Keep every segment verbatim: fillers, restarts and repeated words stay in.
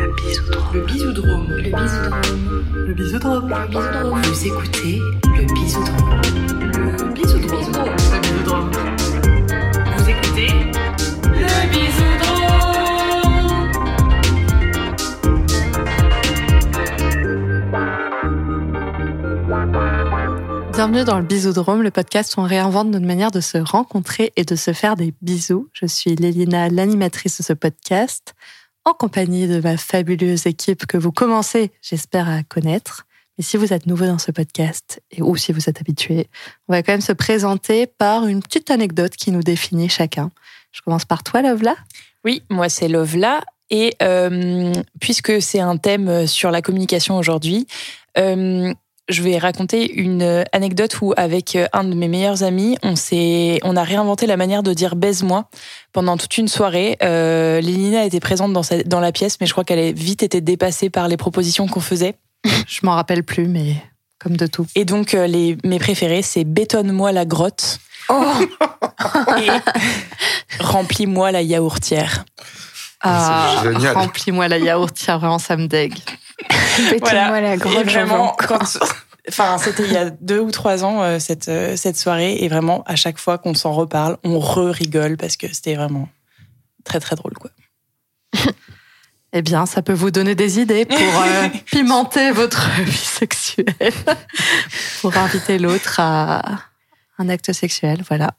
Le bisoudrome. Le bisoudrome. Le bisoudrome. Le bisoudrome. Le bisoudrome. Vous écoutez le bisoudrome. Le bisoudrome. Le bisoudrome. Vous écoutez le bisoudrome. Bienvenue dans le Bisoudrome, le podcast où on réinvente notre manière de se rencontrer et de se faire des bisous. Je suis Lélina, l'animatrice de ce podcast, en compagnie de ma fabuleuse équipe que vous commencez, j'espère, à connaître. Mais si vous êtes nouveau dans ce podcast, et ou si vous êtes habitué, on va quand même se présenter par une petite anecdote qui nous définit chacun. Je commence par toi, Lovla. Oui, moi c'est Lovla. Et euh, puisque c'est un thème sur la communication aujourd'hui, euh, je vais raconter une anecdote où, avec un de mes meilleurs amis, on s'est, on a réinventé la manière de dire « baise-moi » pendant toute une soirée. Euh, Lélina était présente dans, sa, dans la pièce, mais je crois qu'elle a vite été dépassée par les propositions qu'on faisait. Je m'en rappelle plus, mais comme de tout. Et donc, euh, les, mes préférés, c'est « bétonne-moi la grotte oh » et « remplis-moi la yaourtière ». Ah, remplis-moi la yaourtière, vraiment, ça me dégue. Voilà. Moi la grotte, et vraiment, quand, enfin, c'était il y a deux ou trois ans euh, cette euh, cette soirée, et vraiment à chaque fois qu'on s'en reparle, on re-rigole parce que c'était vraiment très très drôle, quoi. Eh bien, ça peut vous donner des idées pour euh, pimenter votre vie sexuelle, pour inviter l'autre à un acte sexuel, voilà.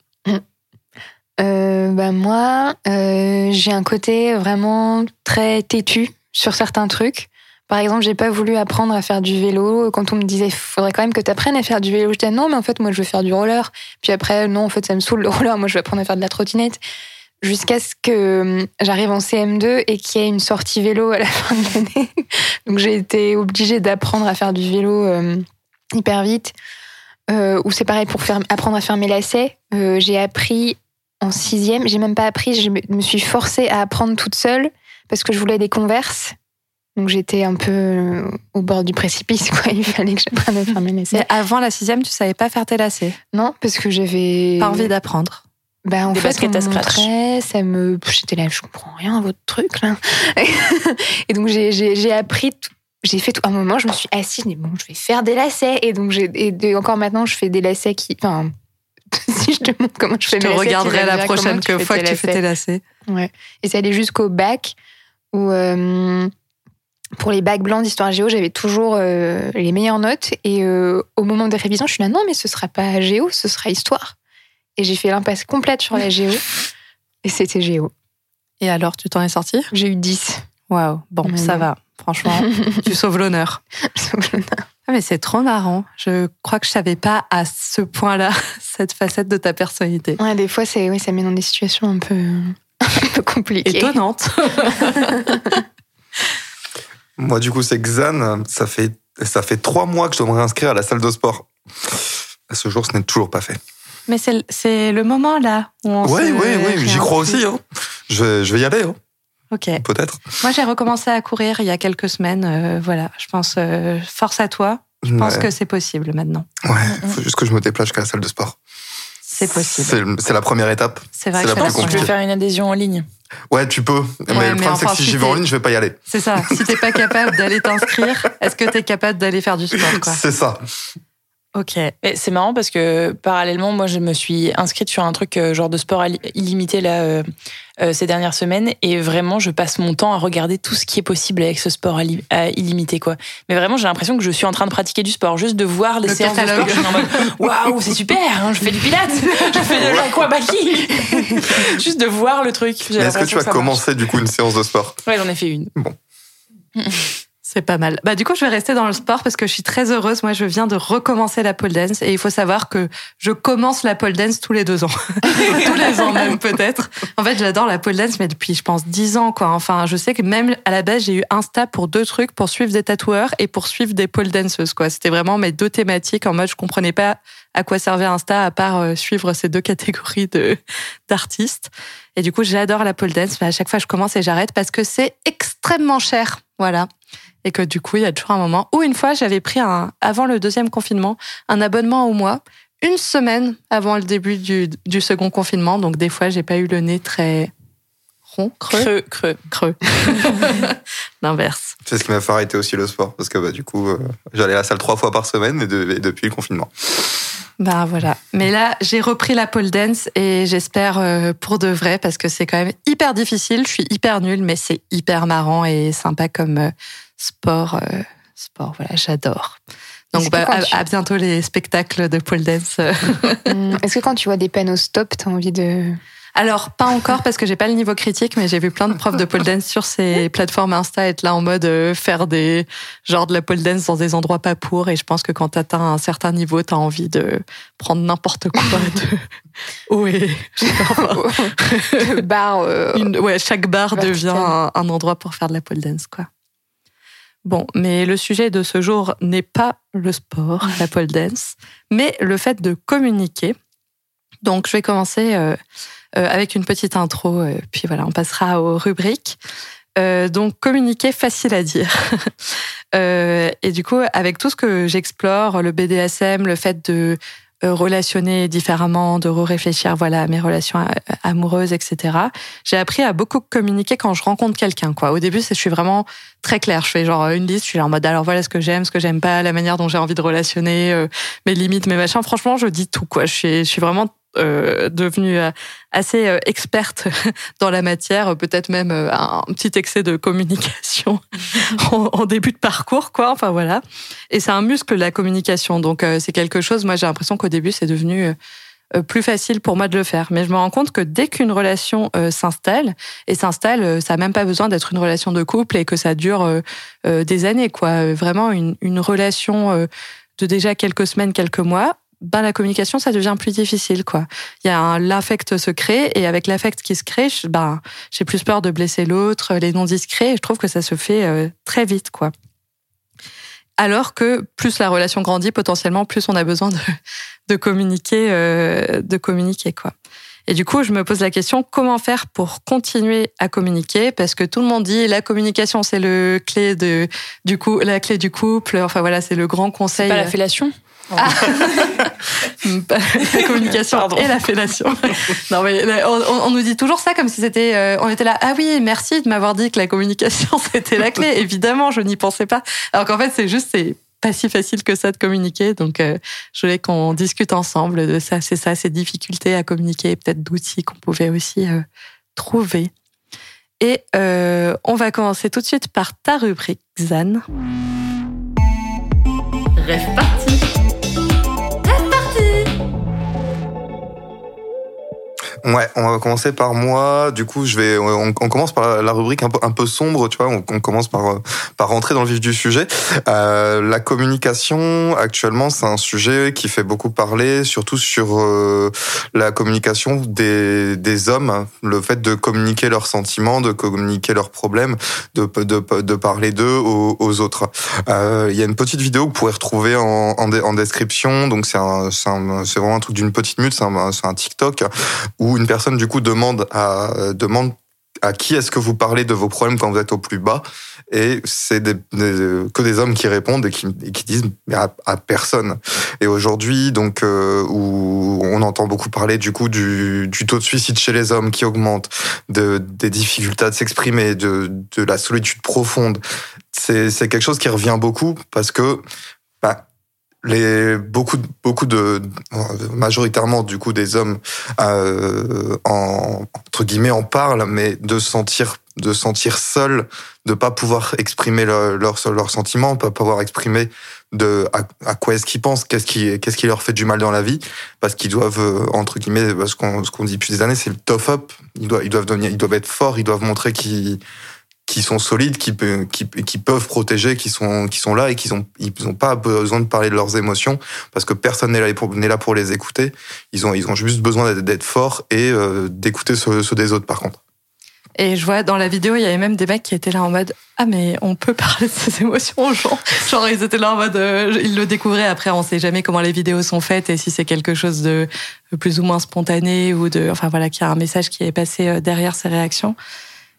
Euh, bah moi, euh, j'ai un côté vraiment très têtu sur certains trucs. Par exemple, j'ai pas voulu apprendre à faire du vélo. Quand on me disait, faudrait quand même que tu apprennes à faire du vélo, je disais non, mais en fait, moi, je veux faire du roller. Puis après, non, en fait, ça me saoule le roller. Moi, je veux apprendre à faire de la trottinette. Jusqu'à ce que j'arrive en C M deux et qu'il y ait une sortie vélo à la fin de l'année. Donc, j'ai été obligée d'apprendre à faire du vélo euh, hyper vite. Euh, ou c'est pareil pour faire, apprendre à faire mes lacets. Euh, j'ai appris en sixième. J'ai même pas appris. Je me suis forcée à apprendre toute seule parce que je voulais des Converse. Donc j'étais un peu au bord du précipice, quoi. Il fallait que j'apprenne à faire mes lacets. Mais avant la sixième, tu savais pas faire tes lacets? Non, parce que j'avais pas envie d'apprendre. Bah en Des fait, on à scratch. montrait, ça me, j'étais là, je comprends rien à votre truc là. Et donc j'ai j'ai j'ai appris, tout... j'ai fait tout. À un moment, je me suis assise, mais bon, je vais faire des lacets. Et donc j'ai et encore maintenant, je fais des lacets qui, enfin, si je te montre comment je fais je mes te lacets, regarderai la prochaine que fois que tu fais tes lacets. Ouais. Et ça allait jusqu'au bac où. Euh, Pour les bacs blancs d'histoire géo, j'avais toujours euh, les meilleures notes. Et euh, au moment des révisions, je suis là, non, mais ce sera pas géo, ce sera histoire. Et j'ai fait l'impasse complète sur la géo. Et c'était géo. Et alors, tu t'en es sortie? J'ai eu dix. Waouh, bon, mais ça non. va. Franchement, tu sauves l'honneur. Je sauve l'honneur. Ah, mais c'est trop marrant. Je crois que je savais pas à ce point-là cette facette de ta personnalité. Ouais, des fois, c'est, oui, ça met dans des situations un peu, un peu compliquées. Étonnantes. Moi, du coup, c'est Xan. Ça fait, ça fait trois mois que je dois me réinscrire à la salle de sport. À ce jour, ce n'est toujours pas fait. Mais c'est, c'est le moment, là, où on Oui, se oui, oui, j'y crois aussi. Hein. Je, vais, je vais y aller. Hein. Ok. Peut-être. Moi, j'ai recommencé à courir il y a quelques semaines. Euh, voilà, je pense, euh, force à toi. Je pense ouais. que c'est possible maintenant. Ouais, il faut juste que je me déplace jusqu'à la salle de sport. C'est possible. C'est, c'est la première étape. C'est vrai c'est que la je plus Je vais faire une adhésion en ligne. Ouais, tu peux. Mais ouais, le mais problème, enfin, c'est que si, si j'y vais en ligne, je vais pas y aller. C'est ça. Si t'es pas capable d'aller t'inscrire, est-ce que t'es capable d'aller faire du sport, quoi? C'est ça. Ok. Mais c'est marrant parce que parallèlement, moi, je me suis inscrite sur un truc euh, genre de sport illimité là euh, euh, ces dernières semaines, et vraiment, je passe mon temps à regarder tout ce qui est possible avec ce sport illimité, quoi. Mais vraiment, j'ai l'impression que je suis en train de pratiquer du sport, juste de voir les Le séances catalogue. de sport. Je suis en mode waouh, c'est super, hein, je fais du pilates, je fais de l'aquabaki, juste de voir le truc. Mais est-ce que tu as que commencé du coup une séance de sport? Ouais, j'en ai fait une. Bon. C'est pas mal. Bah, du coup, je vais rester dans le sport parce que je suis très heureuse. Moi, je viens de recommencer la pole dance et il faut savoir que je commence la pole dance tous les deux ans. Tous les ans même, peut-être. En fait, j'adore la pole dance, mais depuis, je pense, dix ans, quoi. Enfin, je sais que même à la base, j'ai eu Insta pour deux trucs, pour suivre des tatoueurs et pour suivre des pole danseuses, quoi. C'était vraiment mes deux thématiques en mode, je comprenais pas à quoi servait Insta à part euh, suivre ces deux catégories de, d'artistes. Et du coup, j'adore la pole dance, mais à chaque fois, je commence et j'arrête parce que c'est extrêmement cher. Voilà. Et que du coup, il y a toujours un moment où une fois, j'avais pris, un, avant le deuxième confinement, un abonnement au mois, une semaine avant le début du, du second confinement. Donc des fois, j'ai pas eu le nez très rond, creux, Creux, creux. creux. L'inverse. C'est ce qui m'a fait arrêter aussi le sport, parce que bah, du coup, euh, j'allais à la salle trois fois par semaine et, de, et depuis le confinement. Bah voilà. Mais là, j'ai repris la pole dance et j'espère euh, pour de vrai parce que c'est quand même hyper difficile. Je suis hyper nulle, mais c'est hyper marrant et sympa comme euh, sport. Euh, sport, voilà, j'adore. Donc bah, à, tu... à bientôt les spectacles de pole dance. Est-ce que quand tu vois des panneaux stop, t'as envie de... Alors, pas encore parce que j'ai pas le niveau critique, mais j'ai vu plein de profs de pole dance sur ces plateformes Insta être là en mode euh, faire des genre de la pole dance dans des endroits pas pour. Et je pense que quand t'atteins un certain niveau, t'as envie de prendre n'importe quoi. De... Ouais, je sais pas. De bar. Euh... Une... Ouais, chaque bar vertical. Devient un, un endroit pour faire de la pole dance, quoi. Bon, mais le sujet de ce jour n'est pas le sport, la pole dance, mais le fait de communiquer. Donc, je vais commencer. Euh, Euh, avec une petite intro, euh, puis voilà, on passera aux rubriques. Euh, donc, communiquer facile à dire. euh, et du coup, avec tout ce que j'explore, le B D S M, le fait de euh, relationner différemment, de réfléchir voilà, à mes relations amoureuses, et cetera, j'ai appris à beaucoup communiquer quand je rencontre quelqu'un, quoi. Au début, je suis vraiment très claire. Je fais genre une liste, je suis là en mode alors voilà ce que j'aime, ce que j'aime pas, la manière dont j'ai envie de relationner, euh, mes limites, mes machins. Franchement, je dis tout, quoi. Je suis, je suis vraiment Euh, devenue assez euh, experte dans la matière, peut-être même euh, un petit excès de communication en, en début de parcours, quoi. Enfin voilà. Et c'est un muscle, la communication. Donc euh, c'est quelque chose. Moi, j'ai l'impression qu'au début, c'est devenu euh, plus facile pour moi de le faire. Mais je me rends compte que dès qu'une relation euh, s'installe et s'installe, euh, ça n'a même pas besoin d'être une relation de couple et que ça dure euh, euh, des années, quoi. Vraiment une, une relation euh, de déjà quelques semaines, quelques mois. Ben, la communication, ça devient plus difficile, quoi. Il y a un, l'affect se crée, et avec l'affect qui se crée, je, ben, j'ai plus peur de blesser l'autre, les non-discrets, et je trouve que ça se fait euh, très vite, quoi. Alors que plus la relation grandit, potentiellement, plus on a besoin de, de communiquer, euh, de communiquer, quoi. Et du coup, je me pose la question, comment faire pour continuer à communiquer? Parce que tout le monde dit, la communication, c'est le clé de, du coup, la clé du couple. Enfin voilà, c'est le grand conseil. C'est pas la fellation? Ah. La communication Pardon. Et la fellation. Non mais on, on nous dit toujours ça comme si c'était, euh, on était là. Ah oui, merci de m'avoir dit que la communication c'était la clé. Évidemment, je n'y pensais pas. Alors qu'en fait, c'est juste, c'est pas si facile que ça de communiquer. Donc, euh, je voulais qu'on discute ensemble de ça. C'est ça, ces difficultés à communiquer, et peut-être d'outils qu'on pouvait aussi euh, trouver. Et euh, on va commencer tout de suite par ta rubrique, Xan. Rêve parti. Ouais, on va commencer par moi. Du coup, je vais, on, on commence par la rubrique un peu, un peu sombre, tu vois. On, on commence par, par rentrer dans le vif du sujet. Euh, la communication, actuellement, c'est un sujet qui fait beaucoup parler, surtout sur euh, la communication des, des hommes, le fait de communiquer leurs sentiments, de communiquer leurs problèmes, de, de, de parler d'eux aux, aux autres. Euh, il y a une petite vidéo que vous pourrez retrouver en, en, en description. Donc, c'est un, c'est un, c'est vraiment un truc d'une petite minute. C'est un, c'est un TikTok où une personne du coup demande à demande à qui est-ce que vous parlez de vos problèmes quand vous êtes au plus bas, et c'est des, des, que des hommes qui répondent et qui, et qui disent mais à, à personne. Et aujourd'hui, donc euh, où on entend beaucoup parler du coup du, du taux de suicide chez les hommes qui augmente, de des difficultés à s'exprimer, de de la solitude profonde, c'est c'est quelque chose qui revient beaucoup parce que bah, les beaucoup beaucoup de majoritairement du coup des hommes euh, en entre guillemets en parlent, mais de sentir de sentir seul, de pas pouvoir exprimer leurs leurs leurs sentiments, pas pouvoir exprimer de à, à quoi est-ce qu'ils pensent, qu'est-ce qui qu'est-ce qui leur fait du mal dans la vie, parce qu'ils doivent entre guillemets, ce qu'on ce qu'on dit depuis des années, c'est le tough up. Ils doivent ils doivent devenir, ils doivent être forts, ils doivent montrer qu'ils qui sont solides, qui, qui, qui peuvent protéger, qui sont, qui sont là et qui ont, ils n'ont pas besoin de parler de leurs émotions parce que personne n'est là pour, n'est là pour les écouter. Ils ont, ils ont juste besoin d'être, d'être forts et euh, d'écouter ceux, ceux des autres par contre. Et je vois dans la vidéo, il y avait même des mecs qui étaient là en mode ah mais on peut parler de ses émotions aux gens. Genre ils étaient là en mode euh, ils le découvraient. Après on sait jamais comment les vidéos sont faites et si c'est quelque chose de plus ou moins spontané ou de enfin voilà qu'il y a un message qui est passé derrière ces réactions.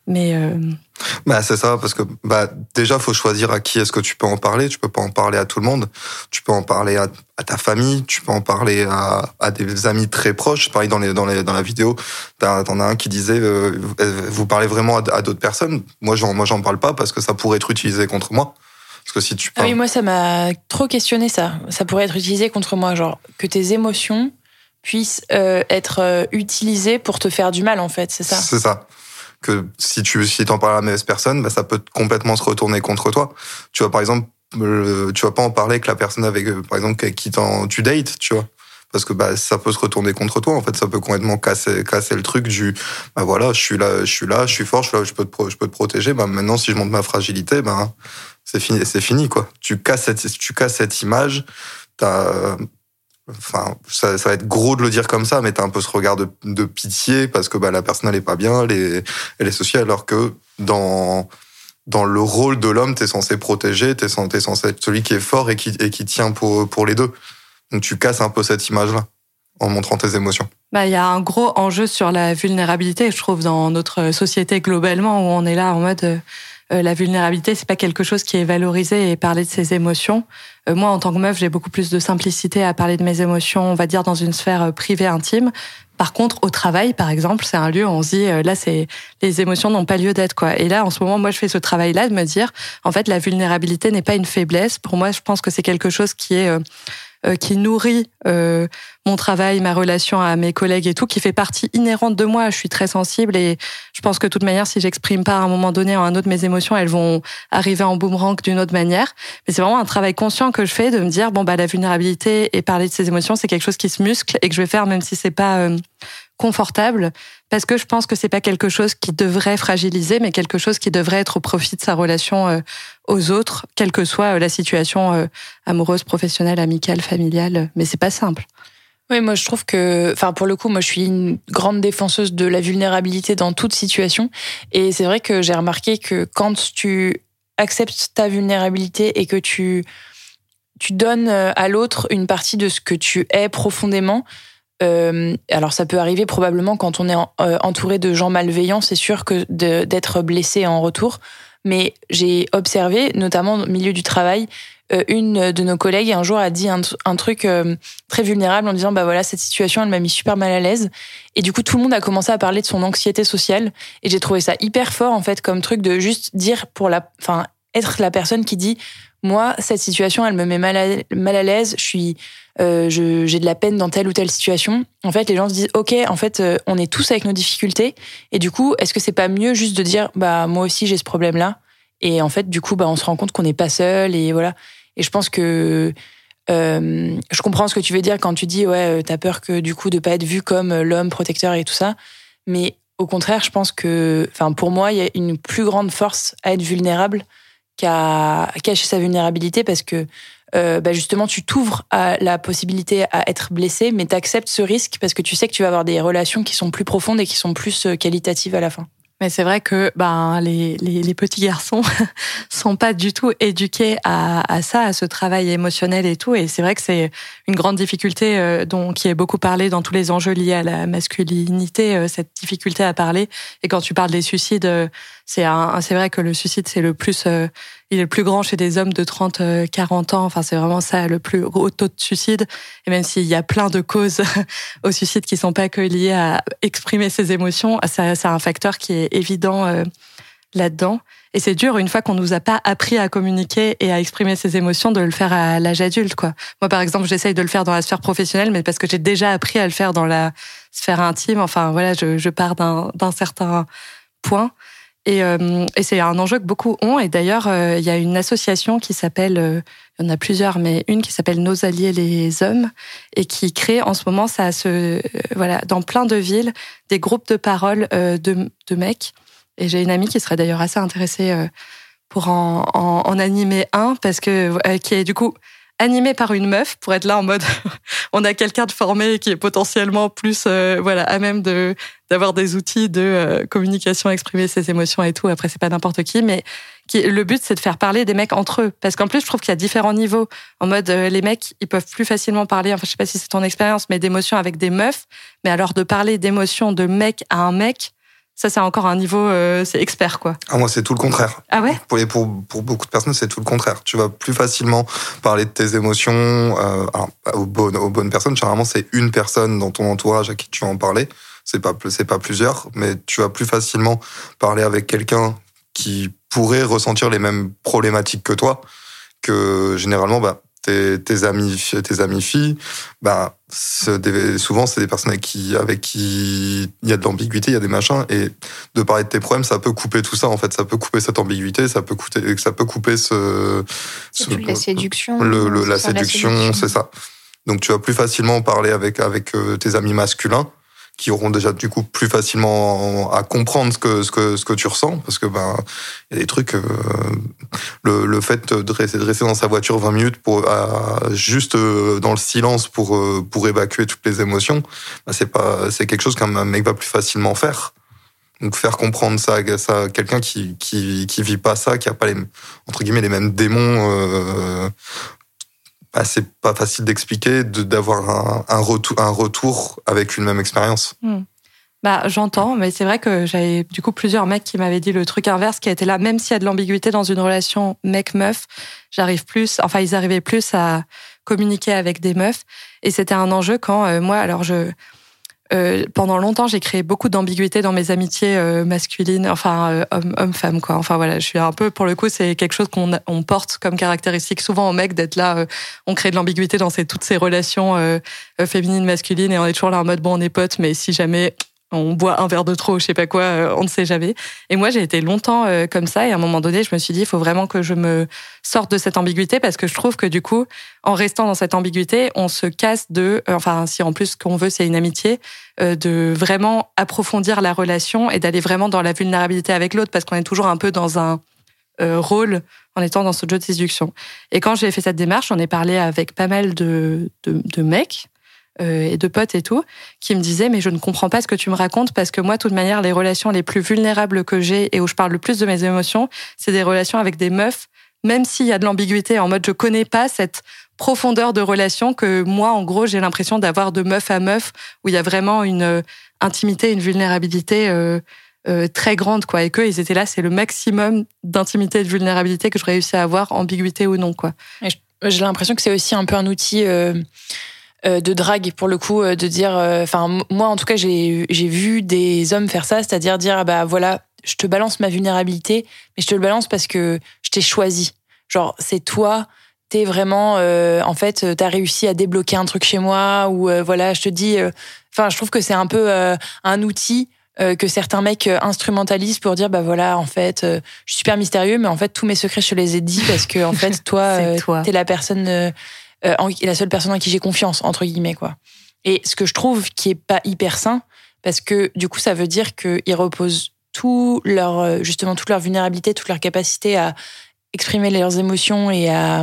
Mais euh... bah c'est ça, parce que bah déjà faut choisir à qui est-ce que tu peux en parler. Tu peux pas en parler à tout le monde. Tu peux en parler à, à ta famille. Tu peux en parler à, à des amis très proches. Pareil dans les dans les dans la vidéo, t'en as un qui disait euh, vous parlez vraiment à, à d'autres personnes. Moi j'en moi j'en parle pas parce que ça pourrait être utilisé contre moi. Parce que si tu parles... Ah oui, moi ça m'a trop questionné ça. Ça pourrait être utilisé contre moi, genre que tes émotions puissent euh, être euh, utilisées pour te faire du mal en fait, c'est ça. C'est ça. Que si tu si t'en parles à la mauvaise personne, bah ça peut complètement se retourner contre toi. Tu vois par exemple, euh, tu vas pas en parler avec la personne avec euh, par exemple avec qui t'en, tu dates, tu vois, parce que bah ça peut se retourner contre toi. En fait, ça peut complètement casser casser le truc du bah voilà, je suis là, je suis là, je suis fort, je suis là, je peux te pro, je peux te protéger. Bah maintenant si je montre ma fragilité, bah c'est fini, c'est fini quoi. Tu casses cette tu casses cette image, t'as Enfin, ça, ça va être gros de le dire comme ça, mais t'as un peu ce regard de, de pitié parce que bah, la personne elle est pas bien, elle est, elle est sociale, alors que dans dans le rôle de l'homme, t'es censé protéger, t'es censé, t'es censé être celui qui est fort et qui et qui tient pour pour les deux. Donc tu casses un peu cette image-là en montrant tes émotions. Bah, il y a un gros enjeu sur la vulnérabilité, je trouve, dans notre société globalement, où on est là en mode euh, la vulnérabilité, c'est pas quelque chose qui est valorisé, et parler de ses émotions. Euh, moi, en tant que meuf, j'ai beaucoup plus de simplicité à parler de mes émotions, on va dire, dans une sphère privée, intime. Par contre, au travail, par exemple, c'est un lieu où on se dit, euh, là, c'est, les émotions n'ont pas lieu d'être, quoi. Et là, en ce moment, moi, je fais ce travail-là de me dire, en fait, la vulnérabilité n'est pas une faiblesse. Pour moi, je pense que c'est quelque chose qui est, euh, euh, qui nourrit euh, mon travail, ma relation à mes collègues et tout, qui fait partie inhérente de moi. Je suis très sensible et je pense que de toute manière, si j'exprime pas à un moment donné un autre mes émotions, elles vont arriver en boomerang d'une autre manière. Mais c'est vraiment un travail conscient que je fais de me dire, bon, bah, la vulnérabilité et parler de ses émotions, c'est quelque chose qui se muscle et que je vais faire même si c'est pas euh, confortable, parce que je pense que c'est pas quelque chose qui devrait fragiliser, mais quelque chose qui devrait être au profit de sa relation euh, aux autres, quelle que soit euh, la situation euh, amoureuse, professionnelle, amicale, familiale. Mais c'est pas simple. Oui, moi je trouve que, enfin pour le coup, moi je suis une grande défenseuse de la vulnérabilité dans toute situation, et c'est vrai que j'ai remarqué que quand tu acceptes ta vulnérabilité et que tu tu donnes à l'autre une partie de ce que tu es profondément. Euh, alors ça peut arriver probablement quand on est en, euh, entouré de gens malveillants, c'est sûr que de, d'être blessé en retour. Mais j'ai observé, notamment au milieu du travail, euh, une de nos collègues un jour a dit un, un truc euh, très vulnérable en disant bah voilà, cette situation elle m'a mis super mal à l'aise. Et du coup tout le monde a commencé à parler de son anxiété sociale, et j'ai trouvé ça hyper fort en fait comme truc de juste dire pour la, enfin être la personne qui dit moi cette situation elle me met mal à, mal à l'aise, je suis Euh, je, j'ai de la peine dans telle ou telle situation. En fait, les gens se disent, ok, en fait, euh, on est tous avec nos difficultés. Et du coup, est-ce que c'est pas mieux juste de dire, bah moi aussi j'ai ce problème-là. Et en fait, du coup, bah on se rend compte qu'on n'est pas seul et voilà. Et je pense que euh, je comprends ce que tu veux dire quand tu dis, ouais, t'as peur que du coup de pas être vu comme l'homme protecteur et tout ça. Mais au contraire, je pense que, enfin, pour moi, il y a une plus grande force à être vulnérable qu'à cacher sa vulnérabilité, parce que Euh, bah justement, tu t'ouvres à la possibilité à être blessé, mais t'acceptes ce risque parce que tu sais que tu vas avoir des relations qui sont plus profondes et qui sont plus qualitatives à la fin. Mais c'est vrai que ben les les, les petits garçons sont pas du tout éduqués à, à ça, à ce travail émotionnel et tout. Et c'est vrai que c'est une grande difficulté euh, dont qui est beaucoup parlé dans tous les enjeux liés à la masculinité, euh, cette difficulté à parler. Et quand tu parles des suicides, euh, c'est un, c'est vrai que le suicide c'est le plus euh, il est le plus grand chez des hommes de trente à quarante ans. Enfin, c'est vraiment ça, le plus haut taux de suicide. Et même s'il y a plein de causes au suicide qui sont pas que liées à exprimer ses émotions, c'est, c'est un facteur qui est évident euh, là-dedans. Et c'est dur, une fois qu'on nous a pas appris à communiquer et à exprimer ses émotions, de le faire à l'âge adulte, quoi. Moi, par exemple, j'essaye de le faire dans la sphère professionnelle, mais parce que j'ai déjà appris à le faire dans la sphère intime. Enfin, voilà, je, je pars d'un, d'un certain point. Et, euh, et c'est un enjeu que beaucoup ont. Et d'ailleurs, euh, il y a une association qui s'appelle, euh, il y en a plusieurs, mais une qui s'appelle Nos Alliés les Hommes, et qui crée en ce moment, ça se, euh, voilà, dans plein de villes, des groupes de parole euh, de, de mecs. Et j'ai une amie qui serait d'ailleurs assez intéressée euh, pour en, en, en animer un, parce que euh, qui est du coup animé par une meuf, pour être là en mode on a quelqu'un de formé qui est potentiellement plus euh, voilà à même de d'avoir des outils de euh, communication, exprimer ses émotions et tout. Après, c'est pas n'importe qui, mais qui, le but c'est de faire parler des mecs entre eux, parce qu'en plus je trouve qu'il y a différents niveaux. En mode euh, les mecs ils peuvent plus facilement parler, enfin je sais pas si c'est ton expérience, mais d'émotions avec des meufs, mais alors de parler d'émotions de mec à un mec, Ça, c'est encore un niveau, euh, c'est expert, quoi. Ah, moi, c'est tout le contraire. Ah ouais? Pour, les, pour, pour beaucoup de personnes, c'est tout le contraire. Tu vas plus facilement parler de tes émotions euh, alors, aux, bonnes, aux bonnes personnes. Généralement, c'est une personne dans ton entourage à qui tu vas en parler. C'est pas, c'est pas plusieurs, mais tu vas plus facilement parler avec quelqu'un qui pourrait ressentir les mêmes problématiques que toi, que généralement, bah, tes, tes amis, tes amis filles, bah, c'est des, souvent, c'est des personnes avec qui, avec qui il y a de l'ambiguïté, il y a des machins, et de parler de tes problèmes, ça peut couper tout ça, en fait. Ça peut couper cette ambiguïté, ça peut couper, ça peut couper ce, ce la séduction. Le, le, la, séduction, la séduction, c'est ça. Donc, tu vas plus facilement parler avec, avec tes amis masculins, qui auront déjà du coup plus facilement à comprendre ce que ce que ce que tu ressens, parce que ben il y a des trucs euh, le le fait de rester, de rester dans sa voiture vingt minutes pour à, juste euh, dans le silence pour euh, pour évacuer toutes les émotions, ben, c'est pas c'est quelque chose qu'un mec va plus facilement faire. Donc faire comprendre ça ça à quelqu'un qui qui qui vit pas ça, qui a pas les entre guillemets les mêmes démons, euh, bah, c'est pas facile d'expliquer, de, d'avoir un, un, retour, un retour avec une même expérience. Mmh. Bah, j'entends, mais c'est vrai que j'avais du coup plusieurs mecs qui m'avaient dit le truc inverse, qui a été là, même s'il y a de l'ambiguïté dans une relation mec-meuf, j'arrive plus, enfin ils arrivaient plus à communiquer avec des meufs, et c'était un enjeu quand euh, moi, alors je... Euh, pendant longtemps, j'ai créé beaucoup d'ambiguïté dans mes amitiés euh, masculines, enfin euh, homme, homme-femme, quoi. Enfin voilà, je suis un peu, pour le coup, c'est quelque chose qu'on on porte comme caractéristique souvent aux mecs d'être là. Euh, on crée de l'ambiguïté dans ces, toutes ces relations euh, féminines, masculines, et on est toujours là en mode bon, on est potes, mais si jamais on boit un verre de trop, je sais pas quoi, euh, on ne sait jamais. Et moi, j'ai été longtemps euh, comme ça, et à un moment donné, je me suis dit, il faut vraiment que je me sorte de cette ambiguïté, parce que je trouve que du coup, en restant dans cette ambiguïté, on se casse de, euh, enfin, si en plus ce qu'on veut, c'est une amitié, euh, de vraiment approfondir la relation et d'aller vraiment dans la vulnérabilité avec l'autre, parce qu'on est toujours un peu dans un euh, rôle en étant dans ce jeu de séduction. Et quand j'ai fait cette démarche, j'en ai parlé avec pas mal de, de, de mecs, et de potes et tout, qui me disaient mais je ne comprends pas ce que tu me racontes, parce que moi, de toute manière, les relations les plus vulnérables que j'ai et où je parle le plus de mes émotions, c'est des relations avec des meufs, même s'il y a de l'ambiguïté, en mode je connais pas cette profondeur de relation que moi, en gros, j'ai l'impression d'avoir de meuf à meuf, où il y a vraiment une intimité, une vulnérabilité euh, euh, très grande, quoi, et qu'eux, ils étaient là, c'est le maximum d'intimité et de vulnérabilité que je réussis à avoir, ambiguïté ou non, quoi. Et j'ai l'impression que c'est aussi un peu un outil... Euh... de drague, pour le coup, de dire, enfin euh, moi en tout cas j'ai j'ai vu des hommes faire ça, c'est-à-dire dire ah bah voilà, je te balance ma vulnérabilité, mais je te le balance parce que je t'ai choisi, genre c'est toi, t'es vraiment euh, en fait t'as réussi à débloquer un truc chez moi, ou euh, voilà, je te dis, enfin euh, je trouve que c'est un peu euh, un outil euh, que certains mecs euh, instrumentalisent pour dire bah voilà, en fait euh, je suis super mystérieux, mais en fait tous mes secrets je te les ai dit parce que en fait toi, euh, toi. t'es la personne euh, Euh, la seule personne en qui j'ai confiance, entre guillemets, quoi. Et ce que je trouve qui est pas hyper sain, parce que du coup ça veut dire qu'ils reposent tout leur, justement toute leur vulnérabilité, toute leur capacité à exprimer leurs émotions et à,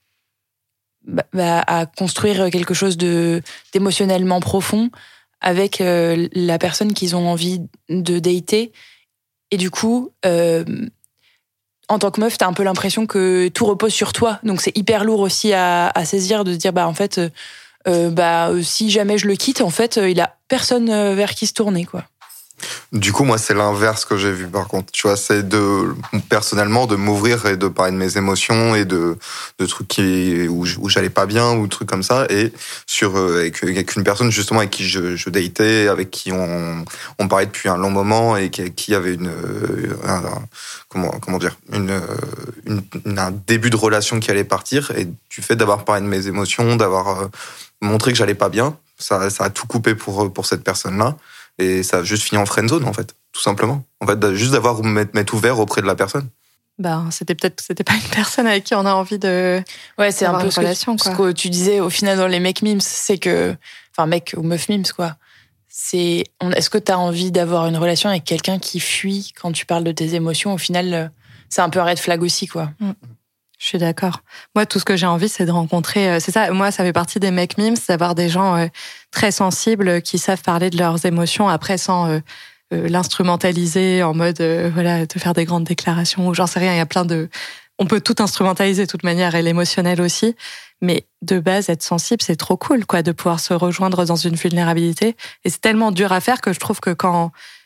bah, à construire quelque chose de d'émotionnellement profond avec euh, la personne qu'ils ont envie de dater. Et du coup euh, en tant que meuf, t'as un peu l'impression que tout repose sur toi. Donc c'est hyper lourd aussi à, à saisir, de se dire, bah en fait, euh, bah si jamais je le quitte, en fait, il a personne vers qui se tourner, quoi. Du coup, moi, c'est l'inverse que j'ai vu, par contre. Tu vois, c'est de, personnellement, de m'ouvrir et de parler de mes émotions et de, de trucs qui, où, où j'allais pas bien ou trucs comme ça. Et sur, avec, avec une personne, justement, avec qui je, je datais, avec qui on, on parlait depuis un long moment et qui, qui avait une, un, un, comment, comment dire, une, une, un début de relation qui allait partir. Et du fait d'avoir parlé de mes émotions, d'avoir montré que j'allais pas bien, ça, ça a tout coupé pour, pour cette personne-là. Et ça a juste fini en friendzone, en fait, tout simplement. En fait, juste d'avoir m'être, m'être ouvert auprès de la personne. Bah, c'était peut-être c'était pas une personne avec qui on a envie de. Ouais, c'est un peu ce relation, que, quoi. Ce que tu disais au final dans les mecs mimes, c'est que, enfin mec ou meuf mimes, quoi. C'est, on, est-ce que t'as envie d'avoir une relation avec quelqu'un qui fuit quand tu parles de tes émotions? Au final, c'est un peu un red flag aussi, quoi. Mm. Je suis d'accord. Moi, tout ce que j'ai envie, c'est de rencontrer... C'est ça, moi, ça fait partie des mecs mimes, c'est d'avoir des gens euh, très sensibles qui savent parler de leurs émotions, après sans euh, euh, l'instrumentaliser en mode, euh, voilà, te faire des grandes déclarations, ou j'en sais rien, il y a plein de... On peut tout instrumentaliser de toute manière, et l'émotionnel aussi, mais de base, être sensible, c'est trop cool, quoi, de pouvoir se rejoindre dans une vulnérabilité. Et c'est tellement dur à faire que je trouve que quand...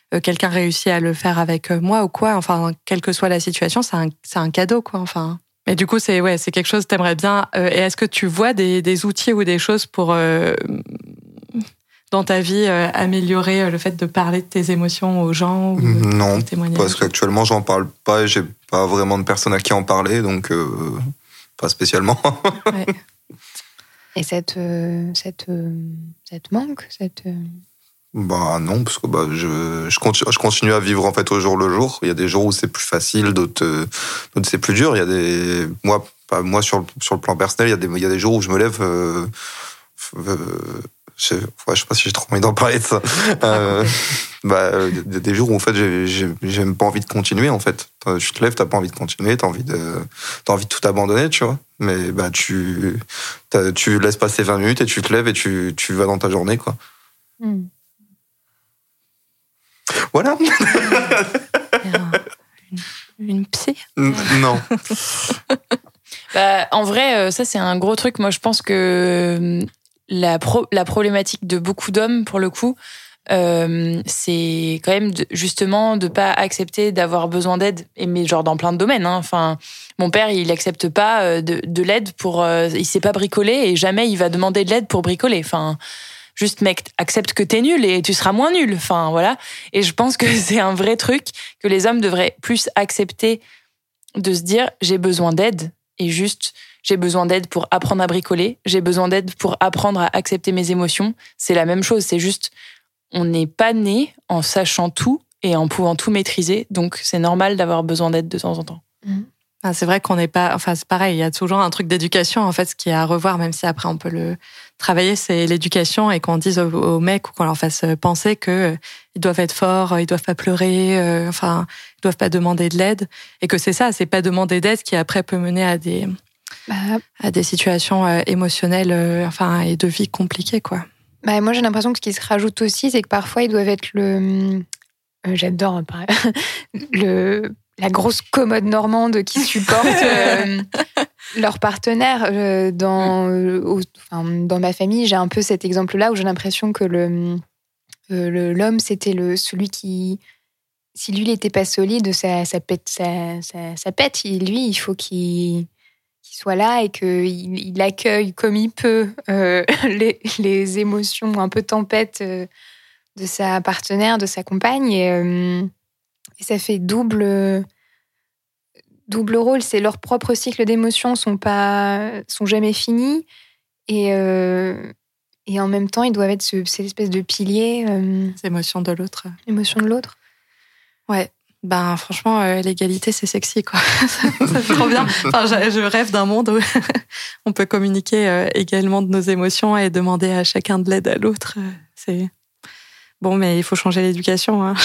euh, quelqu'un réussit à le faire avec moi ou quoi. Enfin, quelle que soit la situation, c'est un, c'est un cadeau, quoi. Enfin. Mais du coup, c'est ouais, c'est quelque chose que t'aimerais bien. Euh, et est-ce que tu vois des, des outils ou des choses pour euh, dans ta vie euh, améliorer le fait de parler de tes émotions aux gens ou Non, de témoigner parce qu'actuellement, j'en parle pas et j'ai pas vraiment de personne à qui en parler, donc euh, pas spécialement. Ouais. Et ça te, ça te, ça te manque ça te... Bah non, parce que bah, je, je, continue, je continue à vivre en fait au jour le jour. Il y a des jours où c'est plus facile, d'autres, d'autres c'est plus dur. Il y a des, moi, bah, moi sur, le, sur le plan personnel, il y, a des, il y a des jours où je me lève. Euh, euh, je, ouais, je sais pas si j'ai trop envie d'en parler de ça. Euh, bah, il y a des jours où en fait j'ai, j'ai, j'ai même pas envie de continuer en fait. Tu te lèves, t'as pas envie de continuer, t'as envie de, t'as envie de tout abandonner, tu vois. Mais bah tu, tu laisses passer vingt minutes et tu te lèves et tu, tu vas dans ta journée, quoi. Mm. Voilà. une, une psy. Non. Bah, en vrai, ça c'est un gros truc. Moi, je pense que la pro- la problématique de beaucoup d'hommes, pour le coup, euh, c'est quand même de, justement de pas accepter d'avoir besoin d'aide. Et mais genre dans plein de domaines. Hein. Enfin, mon père, il accepte pas de, de l'aide pour. Euh, il sait pas bricoler et jamais il va demander de l'aide pour bricoler. Enfin. Juste, mec, accepte que t'es nul et tu seras moins nul. Enfin, voilà. Et je pense que c'est un vrai truc que les hommes devraient plus accepter de se dire, j'ai besoin d'aide et juste, j'ai besoin d'aide pour apprendre à bricoler. J'ai besoin d'aide pour apprendre à accepter mes émotions. C'est la même chose. C'est juste, on n'est pas né en sachant tout et en pouvant tout maîtriser. Donc, c'est normal d'avoir besoin d'aide de temps en temps. Mmh. Ah, c'est vrai qu'on n'est pas, enfin, c'est pareil. Il y a toujours un truc d'éducation, en fait, ce qui est à revoir, même si après on peut le travailler, c'est l'éducation et qu'on dise aux, aux mecs ou qu'on leur fasse penser que euh, ils doivent être forts, ils doivent pas pleurer, euh, enfin, ils doivent pas demander de l'aide et que c'est ça, c'est pas demander d'aide qui après peut mener à des, bah, à des situations euh, émotionnelles, euh, enfin, et de vie compliquées, quoi. Bah, moi, j'ai l'impression que ce qui se rajoute aussi, c'est que parfois ils doivent être le, euh, j'adore, le la grosse commode normande qui supporte euh, leur partenaire. Euh, dans, euh, au, enfin, dans ma famille, j'ai un peu cet exemple-là où j'ai l'impression que le, euh, le, l'homme, c'était le, celui qui... Si lui, il n'était pas solide, ça, ça pète. Ça, ça, ça pète. Et lui, il faut qu'il, qu'il soit là et qu'il il accueille comme il peut euh, les, les émotions un peu tempêtes euh, de sa partenaire, de sa compagne. Et... Euh, Et ça fait double, double rôle. C'est leur propre cycle d'émotions sont pas, sont jamais finis. Et, euh, et en même temps, ils doivent être ce, cette espèce de pilier. Euh, Les émotions de l'autre. L'émotion de l'autre. Ouais. Ben, franchement, euh, l'égalité, c'est sexy, quoi. ça, ça fait trop bien. Enfin, je, je rêve d'un monde où on peut communiquer euh, également de nos émotions et demander à chacun de l'aide à l'autre. Euh, c'est... Bon, mais il faut changer l'éducation, hein.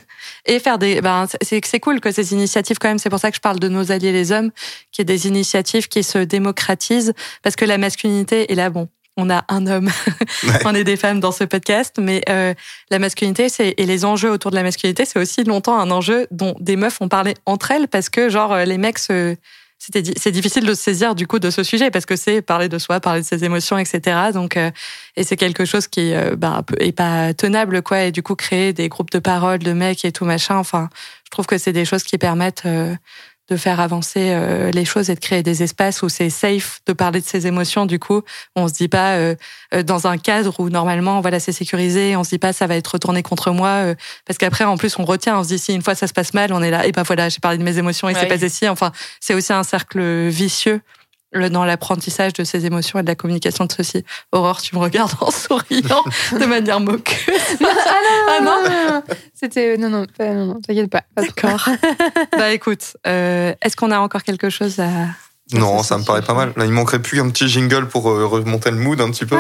Et faire des, ben, c'est, c'est cool que ces initiatives, quand même, c'est pour ça que je parle de nos alliés les hommes, qu'il y ait des initiatives qui se démocratisent, parce que la masculinité, et là, bon, on a un homme, ouais. On est des femmes dans ce podcast, mais euh, la masculinité, c'est, et les enjeux autour de la masculinité, c'est aussi longtemps un enjeu dont des meufs ont parlé entre elles, parce que, genre, les mecs se, C'était, c'est difficile de se saisir du coup de ce sujet parce que c'est parler de soi, parler de ses émotions, et cetera. Donc, euh, et c'est quelque chose qui euh, bah, est pas tenable, quoi. Et du coup, créer des groupes de parole de mecs et tout machin. Enfin, je trouve que c'est des choses qui permettent euh, de faire avancer euh, les choses et de créer des espaces où c'est safe de parler de ses émotions. Du coup, on se dit pas euh, dans un cadre où normalement, voilà, c'est sécurisé. On se dit pas ça va être retourné contre moi euh, parce qu'après, en plus, on retient. On se dit si une fois ça se passe mal, on est là. Et ben voilà, j'ai parlé de mes émotions et ouais. C'est passé ci. Enfin, c'est aussi un cercle vicieux dans l'apprentissage de ses émotions et de la communication de ceci. Aurore, tu me regardes en souriant de manière moqueuse. Ah non, ah non, non. C'était non non, pas, non, non, t'inquiète pas. pas D'accord. Bah écoute, euh, est-ce qu'on a encore quelque chose à Non, ça me paraît pas mal. Là, il manquerait plus un petit jingle pour euh, remonter le mood un petit peu.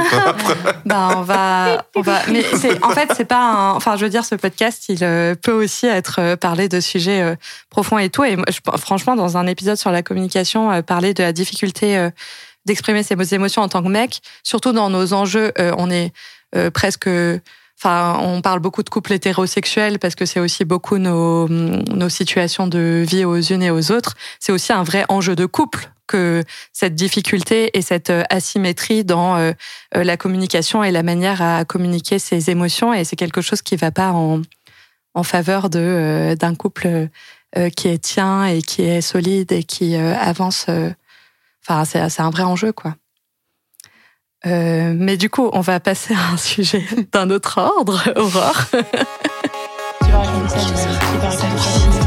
Bah on va, on va. Mais c'est, en fait, c'est pas un. Enfin, je veux dire, ce podcast, il euh, peut aussi être euh, parlé de sujets euh, profonds et tout. Et moi, je, franchement, dans un épisode sur la communication, euh, parler de la difficulté euh, d'exprimer ses émotions en tant que mec, surtout dans nos enjeux, euh, on est euh, presque. Enfin, on parle beaucoup de couples hétérosexuels parce que c'est aussi beaucoup nos, nos situations de vie aux unes et aux autres. C'est aussi un vrai enjeu de couple que cette difficulté et cette asymétrie dans euh, la communication et la manière à communiquer ses émotions. Et c'est quelque chose qui va pas en, en faveur de euh, d'un couple euh, qui est tien et qui est solide et qui euh, avance. Euh, enfin, c'est, c'est un vrai enjeu, quoi. Euh, mais du coup, on va passer à un sujet d'un autre ordre, Aurore. Tu vas raconter ça, tu vas raconter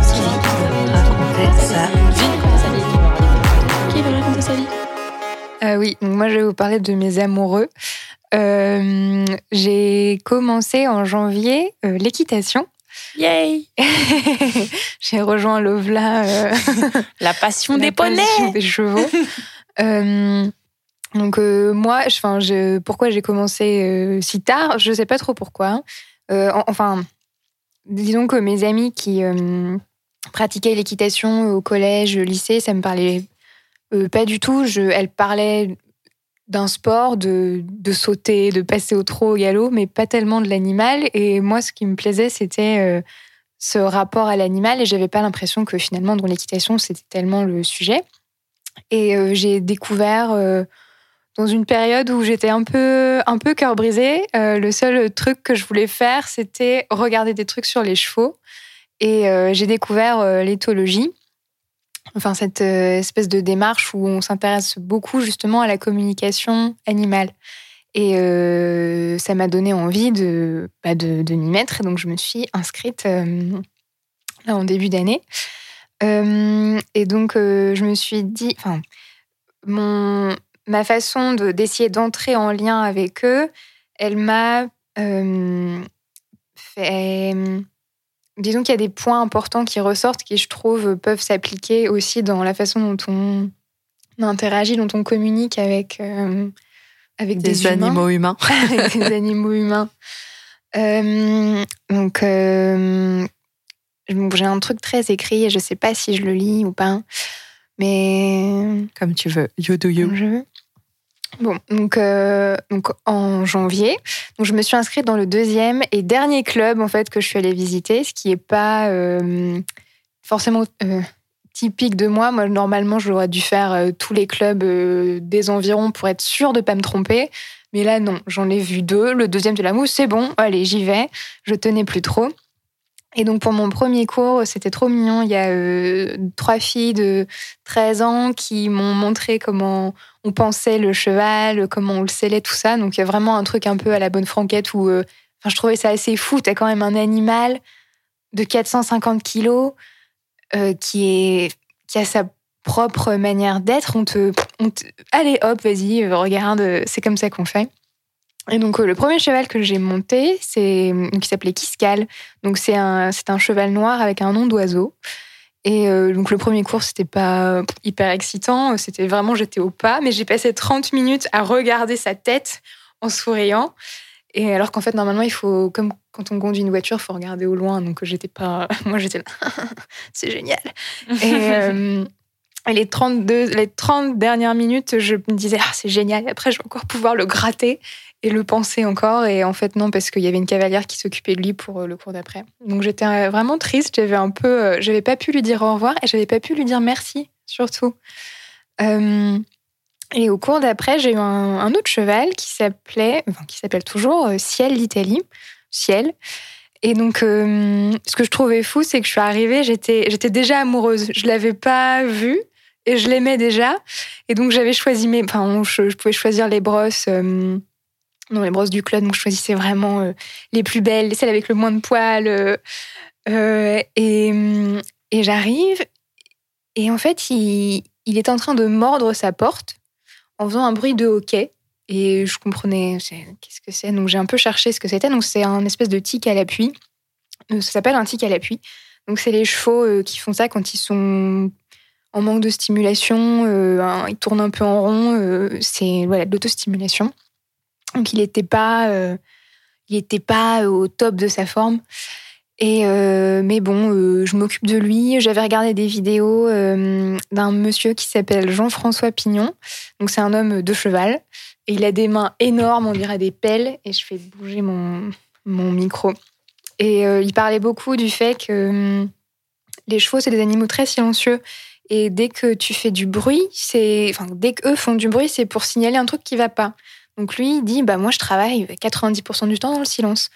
ça. Qui veut raconter sa vie? Euh, oui, donc moi je vais vous parler de mes amoureux. Euh, j'ai commencé en janvier euh, l'équitation. Yay! J'ai rejoint l'Ovla. Euh, la passion la des poneys! Passion des chevaux. euh, donc euh, moi, enfin, je, pourquoi j'ai commencé euh, si tard, je sais pas trop pourquoi. Euh, enfin, disons que mes amis qui euh, pratiquaient l'équitation au collège, au lycée, ça me parlait euh, pas du tout. Je, elles parlaient d'un sport, de, de sauter, de passer au trot, au galop, mais pas tellement de l'animal. Et moi, ce qui me plaisait, c'était euh, ce rapport à l'animal. Et j'avais pas l'impression que finalement, dans l'équitation, c'était tellement le sujet. Et euh, j'ai découvert, euh, dans une période où j'étais un peu, un peu cœur brisé, euh, le seul truc que je voulais faire, c'était regarder des trucs sur les chevaux. Et euh, j'ai découvert euh, l'éthologie. Enfin, cette espèce de démarche où on s'intéresse beaucoup justement à la communication animale. Et euh, ça m'a donné envie de, bah de, de m'y mettre. Et donc, je me suis inscrite euh, là, en début d'année. Euh, et donc, euh, je me suis dit... Enfin, mon, ma façon de, d'essayer d'entrer en lien avec eux, elle m'a euh, fait... Disons qu'il y a des points importants qui ressortent qui, je trouve, peuvent s'appliquer aussi dans la façon dont on interagit, dont on communique avec, euh, avec des, des animaux humains. Avec des animaux humains. Euh, donc, euh, j'ai un truc très écrit et je ne sais pas si je le lis ou pas. Mais... Comme tu veux. You do you. Comme je veux. Bon, donc, euh, donc en janvier, donc je me suis inscrite dans le deuxième et dernier club en fait que je suis allée visiter, ce qui est pas euh, forcément euh, typique de moi. Moi, normalement, j'aurais dû faire euh, tous les clubs euh, des environs pour être sûre de pas me tromper, mais là non, j'en ai vu deux. Le deuxième de la mousse, c'est bon, allez, j'y vais. Je tenais plus trop. Et donc, pour mon premier cours, c'était trop mignon. Il y a euh, trois filles de treize ans qui m'ont montré comment on pensait le cheval, comment on le scellait, tout ça. Donc, il y a vraiment un truc un peu à la bonne franquette où euh, je trouvais ça assez fou. T'as quand même un animal de quatre cent cinquante kilos euh, qui, est, qui a sa propre manière d'être. On te, on te... Allez, hop, vas-y, regarde, c'est comme ça qu'on fait. Et donc, euh, le premier cheval que j'ai monté, c'est, qui s'appelait Kiskal. Donc, c'est un, c'est un cheval noir avec un nom d'oiseau. Et euh, donc, le premier cours, c'était pas hyper excitant. C'était vraiment, j'étais au pas. Mais j'ai passé trente minutes à regarder sa tête en souriant. Et alors qu'en fait, normalement, il faut, comme quand on conduit une voiture, il faut regarder au loin. Donc, j'étais pas... Moi, j'étais là, c'est génial. Et... Euh, Les trente-deux, les trente dernières minutes, je me disais, ah, c'est génial. Et après, je vais encore pouvoir le gratter et le penser encore. Et en fait, non, parce qu'il y avait une cavalière qui s'occupait de lui pour le cours d'après. Donc, j'étais vraiment triste. J'avais un peu, j'avais pas pu lui dire au revoir et j'avais pas pu lui dire merci, surtout. Euh, et au cours d'après, j'ai eu un, un autre cheval qui s'appelait, enfin, qui s'appelle toujours Ciel d'Italie. Ciel. Et donc, euh, ce que je trouvais fou, c'est que je suis arrivée, j'étais, j'étais déjà amoureuse. Je l'avais pas vu. Et je l'aimais déjà. Et donc, j'avais choisi mes... Enfin, je, je pouvais choisir les brosses... Euh, non, les brosses du club. Donc, je choisissais vraiment euh, les plus belles, celles avec le moins de poils. Euh, euh, et, et j'arrive. Et en fait, il, il est en train de mordre sa porte en faisant un bruit de hoquet. Et je comprenais... C'est, qu'est-ce que c'est? Donc, j'ai un peu cherché ce que c'était. Donc, c'est un espèce de tic à l'appui. Ça s'appelle un tic à l'appui. Donc, c'est les chevaux euh, qui font ça quand ils sont... en manque de stimulation, euh, hein, il tourne un peu en rond, euh, c'est voilà, de l'autostimulation. Donc il n'était pas, euh, il était pas au top de sa forme. Et euh, mais bon, euh, je m'occupe de lui. J'avais regardé des vidéos euh, d'un monsieur qui s'appelle Jean-François Pignon. Donc c'est un homme de cheval et il a des mains énormes, on dirait des pelles. Et je fais bouger mon mon micro. Et euh, il parlait beaucoup du fait que euh, les chevaux c'est des animaux très silencieux. Et dès que tu fais du bruit, c'est, enfin, dès qu'eux font du bruit, c'est pour signaler un truc qui va pas. Donc lui, il dit, bah moi, je travaille quatre-vingt-dix pour cent du temps dans le silence.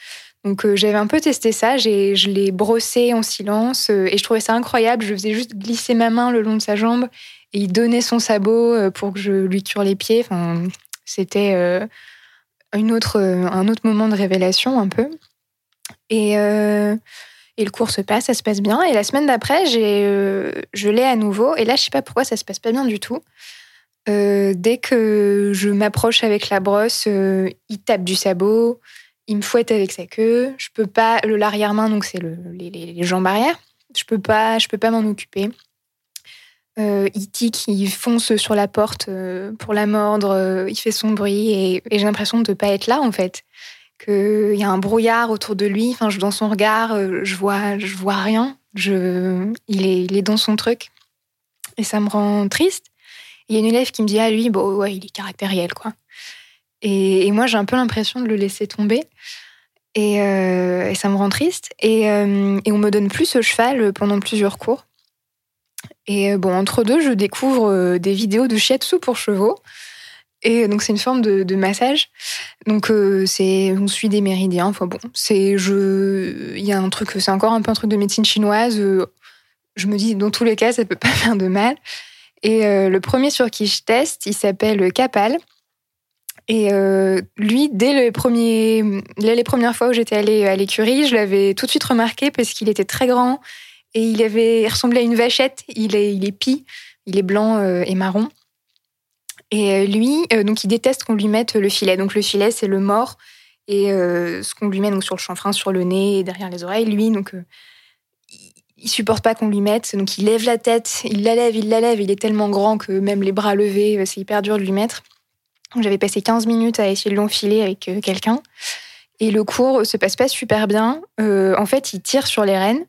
Donc euh, j'avais un peu testé ça, j'ai, je l'ai brossé en silence euh, et je trouvais ça incroyable. Je faisais juste glisser ma main le long de sa jambe et il donnait son sabot euh, pour que je lui tire les pieds. Enfin, c'était euh, une autre, euh, un autre moment de révélation un peu. Et, euh, et le cours se passe, ça se passe bien. Et la semaine d'après, j'ai, euh, je l'ai à nouveau. Et là, je sais pas pourquoi ça se passe pas bien du tout. Euh, dès que je m'approche avec la brosse, euh, il tape du sabot. Il me fouette avec sa queue. Je peux pas, le l'arrière-main, donc c'est le, les, les jambes arrière. Je peux pas, je peux pas m'en occuper. Euh, il tique, il fonce sur la porte euh, pour la mordre. Euh, il fait son bruit et, et j'ai l'impression de pas être là en fait. Qu'il y a un brouillard autour de lui. Enfin, je, dans son regard, euh, je vois, je vois rien. Je, il est, il est dans son truc et ça me rend triste. Il y a une élève qui me dit ah lui, bon ouais, il est caractériel quoi. Et, et moi, j'ai un peu l'impression de le laisser tomber. Et, euh, et ça me rend triste. Et, euh, et on me donne plus ce cheval pendant plusieurs cours. Et bon, entre deux, je découvre des vidéos de shiatsu pour chevaux. Et donc, c'est une forme de, de massage. Donc, euh, c'est, on suit des méridiens. Enfin bon, c'est, je, il y a un truc, c'est encore un peu un truc de médecine chinoise. Je me dis, dans tous les cas, ça peut pas faire de mal. Et euh, le premier sur qui je teste, il s'appelle Kapal. Et euh, lui, dès les, premiers, dès les premières fois où j'étais allée à l'écurie, je l'avais tout de suite remarqué parce qu'il était très grand et il, avait, il ressemblait à une vachette. Il est, il est pie, il est blanc euh, et marron. Et lui, euh, donc il déteste qu'on lui mette le filet. Donc le filet, c'est le mors et euh, ce qu'on lui met donc sur le chanfrein, sur le nez et derrière les oreilles. Lui, donc euh, il supporte pas qu'on lui mette, donc il lève la tête, il la lève, il la lève. Il est tellement grand que même les bras levés, c'est hyper dur de lui mettre. J'avais passé quinze minutes à essayer de l'enfiler avec quelqu'un. Et le cours se passe pas super bien. Euh, en fait, il tire sur les rênes.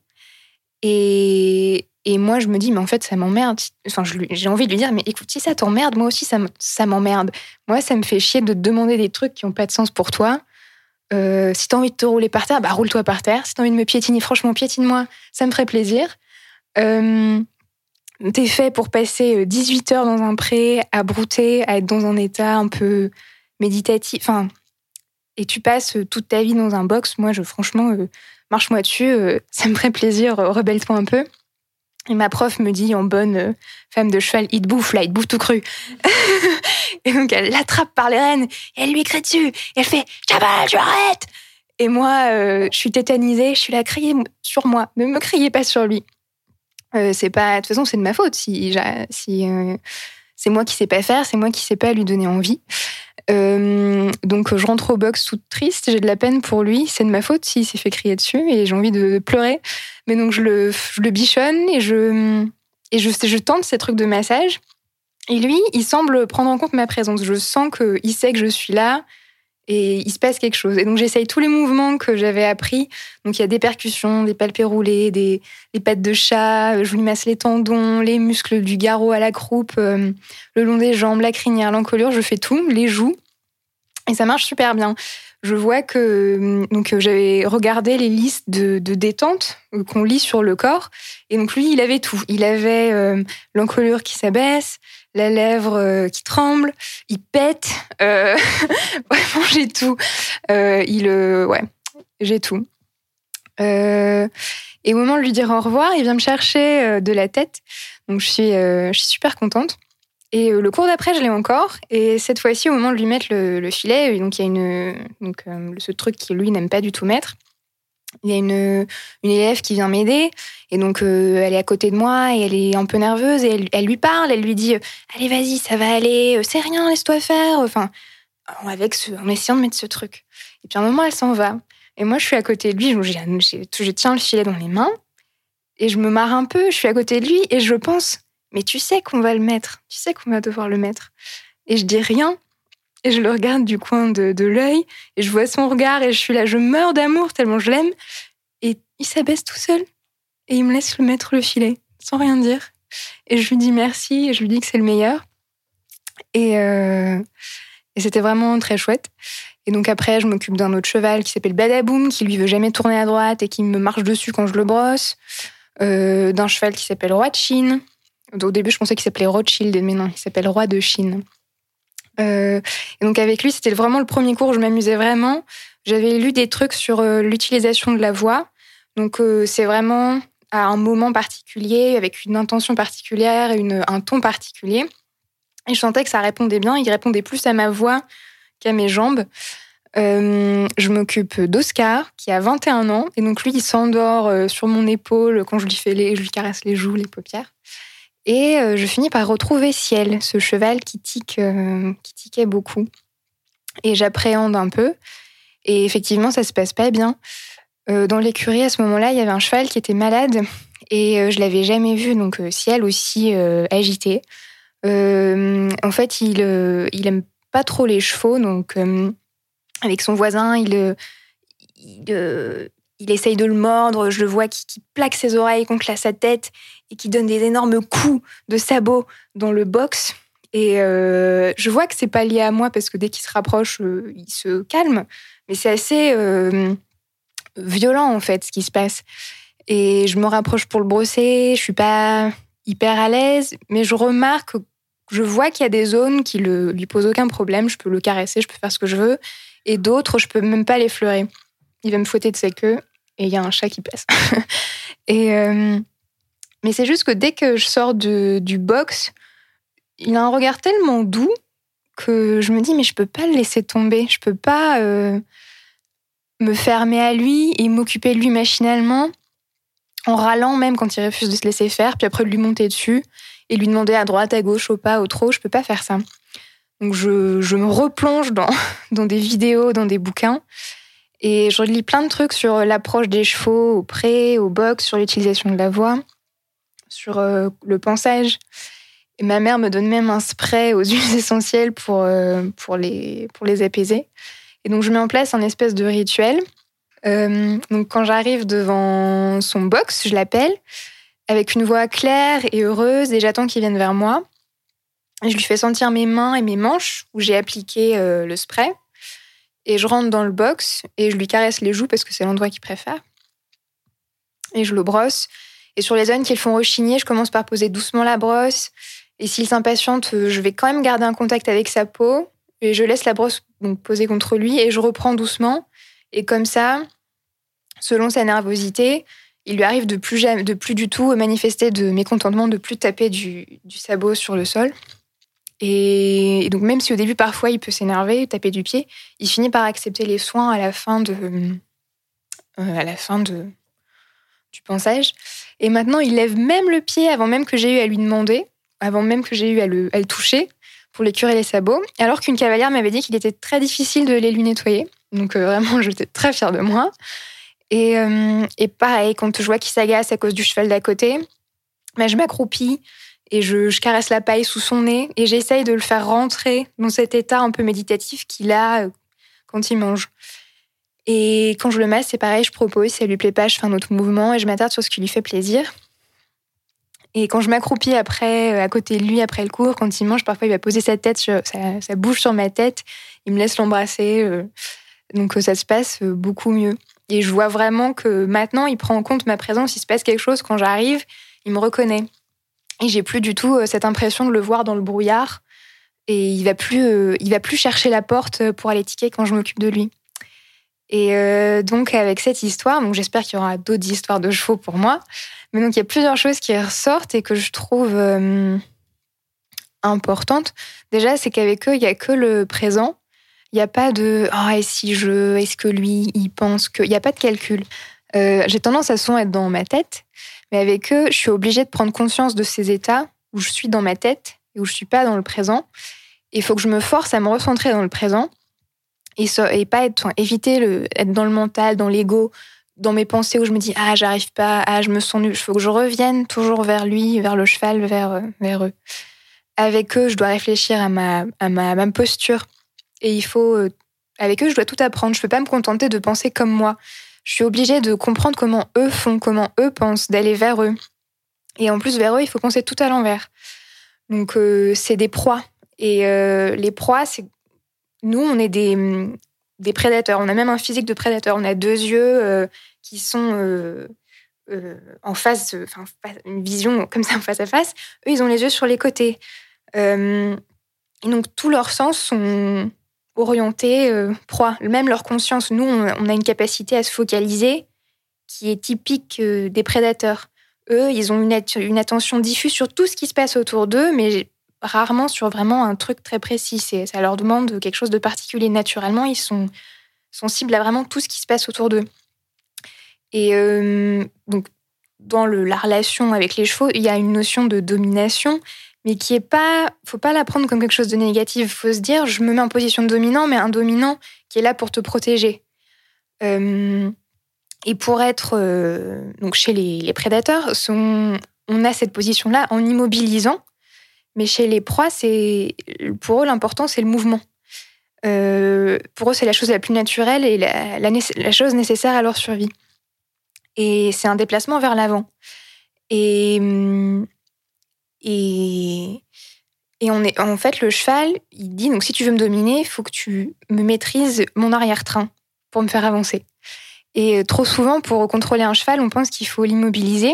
Et, et moi, je me dis, mais en fait, ça m'emmerde. Enfin, je lui, j'ai envie de lui dire, mais écoute, si ça t'emmerde, moi aussi, ça, ça m'emmerde. Moi, ça me fait chier de te demander des trucs qui n'ont pas de sens pour toi. Euh, si t'as envie de te rouler par terre, bah roule-toi par terre. Si t'as envie de me piétiner, franchement, piétine-moi. Ça me ferait plaisir. Euh, T'es fait pour passer dix-huit heures dans un pré, à brouter, à être dans un état un peu méditatif. Enfin, et tu passes toute ta vie dans un box. Moi, je, franchement, euh, marche-moi dessus. Euh, ça me ferait plaisir. Euh, rebelle-toi un peu. Et ma prof me dit, en bonne euh, femme de cheval, il te bouffe, là, il te bouffe tout cru. Et donc, elle l'attrape par les rênes et elle lui crie dessus. Et elle fait, Jabal, tu arrêtes! Et moi, euh, je suis tétanisée. Je suis là, criez sur moi. Ne me criez pas sur lui. Euh, c'est pas, de toute façon, c'est de ma faute. Si, si euh, c'est moi qui sais pas faire, c'est moi qui sais pas lui donner envie. Euh, donc, je rentre au box toute triste. J'ai de la peine pour lui. C'est de ma faute s'il s'est fait crier dessus et j'ai envie de pleurer. Mais donc, je le, je le bichonne et je, et je, je tente ces trucs de massage. Et lui, il semble prendre en compte ma présence. Je sens qu'il sait que je suis là. Et il se passe quelque chose. Et donc, j'essaye tous les mouvements que j'avais appris. Donc, il y a des percussions, des palpés roulés, des, des pattes de chat. Je lui masse les tendons, les muscles du garrot à la croupe, euh, le long des jambes, la crinière, l'encolure. Je fais tout, les joues. Et ça marche super bien. Je vois que donc j'avais regardé les listes de, de détente qu'on lit sur le corps. Et donc, lui, il avait tout. Il avait euh, l'encolure qui s'abaisse, la lèvre euh, qui tremble, il pète. Euh, vraiment, j'ai tout. Euh, il, euh, ouais, j'ai tout. Euh, et au moment de lui dire au revoir, il vient me chercher euh, de la tête. Donc, je suis, euh, je suis super contente. Et euh, le cours d'après, je l'ai encore. Et cette fois-ci, au moment de lui mettre le, le filet, donc il y a une, donc, euh, ce truc qui, lui, n'aime pas du tout mettre. Il y a une, une élève qui vient m'aider. Et donc, euh, elle est à côté de moi et elle est un peu nerveuse. Et elle, elle lui parle, elle lui dit « Allez, vas-y, ça va aller, c'est rien, laisse-toi faire. » Enfin, avec ce, en essayant de mettre ce truc. Et puis, à un moment, elle s'en va. Et moi, je suis à côté de lui, je, je, je tiens le filet dans les mains. Et je me marre un peu, je suis à côté de lui et je pense « Mais tu sais qu'on va le mettre, tu sais qu'on va devoir le mettre. » Et je dis rien. Et je le regarde du coin de, de l'œil, et je vois son regard, et je suis là, je meurs d'amour tellement je l'aime. Et il s'abaisse tout seul, et il me laisse le mettre le filet, sans rien dire. Et je lui dis merci, et je lui dis que c'est le meilleur. Et, euh, et c'était vraiment très chouette. Et donc après, je m'occupe d'un autre cheval qui s'appelle Badaboum, qui lui veut jamais tourner à droite, et qui me marche dessus quand je le brosse. Euh, d'un cheval qui s'appelle Roi de Chine. Au début, je pensais qu'il s'appelait Rothschild, mais non, il s'appelle Roi de Chine. Euh, et donc avec lui, c'était vraiment le premier cours où je m'amusais vraiment. j'avais lu des trucs sur euh, l'utilisation de la voix. Donc, euh, c'est vraiment à un moment particulier, avec une intention particulière, une, un ton particulier. Et je sentais que ça répondait bien. Il répondait plus à ma voix qu'à mes jambes. Euh, je m'occupe d'Oscar, qui a vingt et un ans. Et donc, lui, il s'endort euh, sur mon épaule quand je lui, fais les, je lui caresse les joues, les paupières. Et euh, je finis par retrouver Ciel, ce cheval qui tique, euh, qui tiquait beaucoup. Et j'appréhende un peu. Et effectivement, ça se passe pas bien. Euh, dans l'écurie, à ce moment-là, il y avait un cheval qui était malade et euh, je l'avais jamais vu, donc euh, Ciel aussi euh, agité. Euh, en fait, il, euh, il aime pas trop les chevaux, donc euh, avec son voisin, il, euh, il, euh, il essaye de le mordre. Je le vois qui, qui plaque ses oreilles contre la, sa tête et qui donne des énormes coups de sabot dans le box. Et euh, je vois que c'est pas lié à moi parce que dès qu'il se rapproche, euh, il se calme. Mais c'est assez euh, violent, en fait, ce qui se passe. Et je me rapproche pour le brosser, je suis pas hyper à l'aise, mais je remarque, je vois qu'il y a des zones qui le, lui posent aucun problème, je peux le caresser, je peux faire ce que je veux, et d'autres, je peux même pas l'effleurer. Il va me fouetter de sa queue, et il y a un chat qui passe. et, euh, mais c'est juste que dès que je sors de, du box, il a un regard tellement doux que je me dis, mais je peux pas le laisser tomber, je peux pas euh, me fermer à lui et m'occuper de lui machinalement, en râlant même quand il refuse de se laisser faire, puis après de lui monter dessus et lui demander à droite, à gauche, au pas, au trop, je peux pas faire ça. Donc je, je me replonge dans, dans des vidéos, dans des bouquins, et je relis plein de trucs sur l'approche des chevaux au pré, au box, sur l'utilisation de la voix, sur euh, le pansage. Et ma mère me donne même un spray aux huiles essentielles pour, euh, pour, les, pour les apaiser. Et donc je mets en place un espèce de rituel. Euh, donc quand j'arrive devant son box, je l'appelle avec une voix claire et heureuse et j'attends qu'il vienne vers moi. Et je lui fais sentir mes mains et mes manches où j'ai appliqué euh, le spray. Et je rentre dans le box et je lui caresse les joues parce que c'est l'endroit qu'il préfère. Et je le brosse. Et sur les zones qui le font rechigner, je commence par poser doucement la brosse. Et s'il s'impatiente, je vais quand même garder un contact avec sa peau. Et je laisse la brosse donc, poser contre lui et je reprends doucement. Et comme ça, selon sa nervosité, il lui arrive de plus, jamais, de plus du tout manifester de mécontentement, de plus taper du, du sabot sur le sol. Et, et donc même si au début, parfois, il peut s'énerver, taper du pied, il finit par accepter les soins à la fin, de, euh, à la fin de, du pansage. Et maintenant, il lève même le pied avant même que j'ai eu à lui demander, avant même que j'ai eu à le, à le toucher pour les curer les sabots, alors qu'une cavalière m'avait dit qu'il était très difficile de les lui nettoyer. Donc euh, vraiment, j'étais très fière de moi. Et, euh, et pareil, quand je vois qu'il s'agace à cause du cheval d'à côté, bah, je m'accroupis et je, je caresse la paille sous son nez et j'essaye de le faire rentrer dans cet état un peu méditatif qu'il a euh, quand il mange. Et quand je le masse, c'est pareil, je propose, si ça lui plaît pas, je fais un autre mouvement et je m'attarde sur ce qui lui fait plaisir. Et quand je m'accroupis après, à côté de lui, après le cours, quand il mange, parfois il va poser sa tête, sur, sa, sa bouche sur ma tête, il me laisse l'embrasser. Donc ça se passe beaucoup mieux. Et je vois vraiment que maintenant, il prend en compte ma présence, il se passe quelque chose, quand j'arrive, il me reconnaît. Et j'ai plus du tout cette impression de le voir dans le brouillard. Et il va plus, il va plus chercher la porte pour aller tiquer quand je m'occupe de lui. Et euh, donc avec cette histoire, donc j'espère qu'il y aura d'autres histoires de chevaux pour moi. Mais donc il y a plusieurs choses qui ressortent et que je trouve euh, importantes. Déjà, c'est qu'avec eux, il y a que le présent. Il n'y a pas de oh, et si je, est-ce que lui, il pense que, il n'y a pas de calcul. Euh, j'ai tendance à souvent être dans ma tête, mais avec eux, je suis obligée de prendre conscience de ces états où je suis dans ma tête et où je suis pas dans le présent. Il faut que je me force à me recentrer dans le présent. Et, so, et pas être, enfin, éviter le, être dans le mental, dans l'ego, dans mes pensées où je me dis ah j'arrive pas, ah je me sens nulle. Il faut que je revienne toujours vers lui, vers le cheval, vers vers eux. Avec eux, je dois réfléchir à ma à ma, à ma posture. Et il faut avec eux, je dois tout apprendre. Je peux pas me contenter de penser comme moi. Je suis obligée de comprendre comment eux font, comment eux pensent, d'aller vers eux. Et en plus vers eux, il faut penser tout à l'envers. Donc euh, c'est des proies. Et euh, les proies, c'est nous, on est des, des prédateurs. On a même un physique de prédateur. On a deux yeux euh, qui sont euh, euh, en face, enfin, une vision comme ça, en face à face. Eux, ils ont les yeux sur les côtés. Euh, et donc, tous leurs sens sont orientés euh, proie. Même leur conscience, nous, on, on a une capacité à se focaliser qui est typique euh, des prédateurs. Eux, ils ont une, at- une attention diffuse sur tout ce qui se passe autour d'eux, mais rarement sur vraiment un truc très précis. C'est, ça leur demande quelque chose de particulier. Naturellement, ils sont sensibles à vraiment tout ce qui se passe autour d'eux. Et euh, donc, dans le, la relation avec les chevaux, il y a une notion de domination, mais qui est pas... faut pas la prendre comme quelque chose de négatif. Il faut se dire, je me mets en position de dominant, mais un dominant qui est là pour te protéger. Euh, et pour être... Euh, donc, chez les, les prédateurs, sont, on a cette position-là en immobilisant, mais chez les proies, c'est, pour eux, l'important, c'est le mouvement. Euh, pour eux, c'est la chose la plus naturelle et la, la, la chose nécessaire à leur survie. Et c'est un déplacement vers l'avant. Et, et, et on est, en fait, le cheval, il dit, donc si tu veux me dominer, il faut que tu me maîtrises mon arrière-train pour me faire avancer. Et trop souvent, pour contrôler un cheval, on pense qu'il faut l'immobiliser.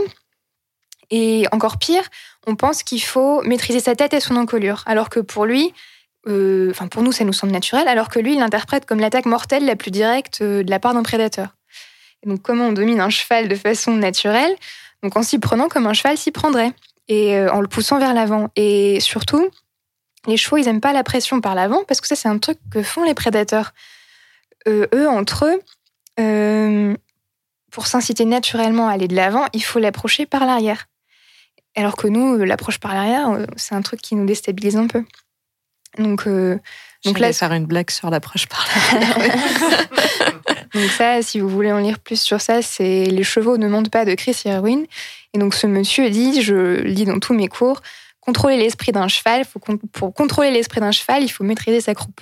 Et encore pire, on pense qu'il faut maîtriser sa tête et son encolure. Alors que pour lui, euh, enfin pour nous, ça nous semble naturel, alors que lui, il l'interprète comme l'attaque mortelle la plus directe de la part d'un prédateur. Et donc, comment on domine un cheval de façon naturelle ? Donc, en s'y prenant comme un cheval s'y prendrait, et euh, en le poussant vers l'avant. Et surtout, les chevaux, ils n'aiment pas la pression par l'avant, parce que ça, c'est un truc que font les prédateurs. Euh, eux, entre eux, euh, pour s'inciter naturellement à aller de l'avant, il faut l'approcher par l'arrière. Alors que nous, l'approche par l'arrière, c'est un truc qui nous déstabilise un peu. Donc, euh, donc là, faire une blague sur l'approche par l'arrière. Donc ça, si vous voulez en lire plus sur ça, c'est Les chevaux ne mentent pas de Chris Irwin. Et donc ce monsieur dit, je le lis dans tous mes cours, contrôler l'esprit d'un cheval, faut, pour contrôler l'esprit d'un cheval, il faut maîtriser sa croupe.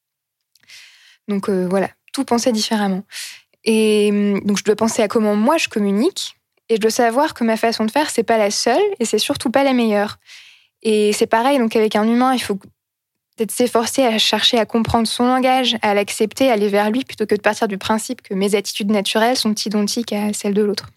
Donc euh, voilà, tout penser différemment. Et donc je dois penser à comment moi je communique. Et je dois savoir que ma façon de faire, c'est pas la seule et c'est surtout pas la meilleure. Et c'est pareil, donc avec un humain, il faut peut-être s'efforcer à chercher à comprendre son langage, à l'accepter, à aller vers lui, plutôt que de partir du principe que mes attitudes naturelles sont identiques à celles de l'autre.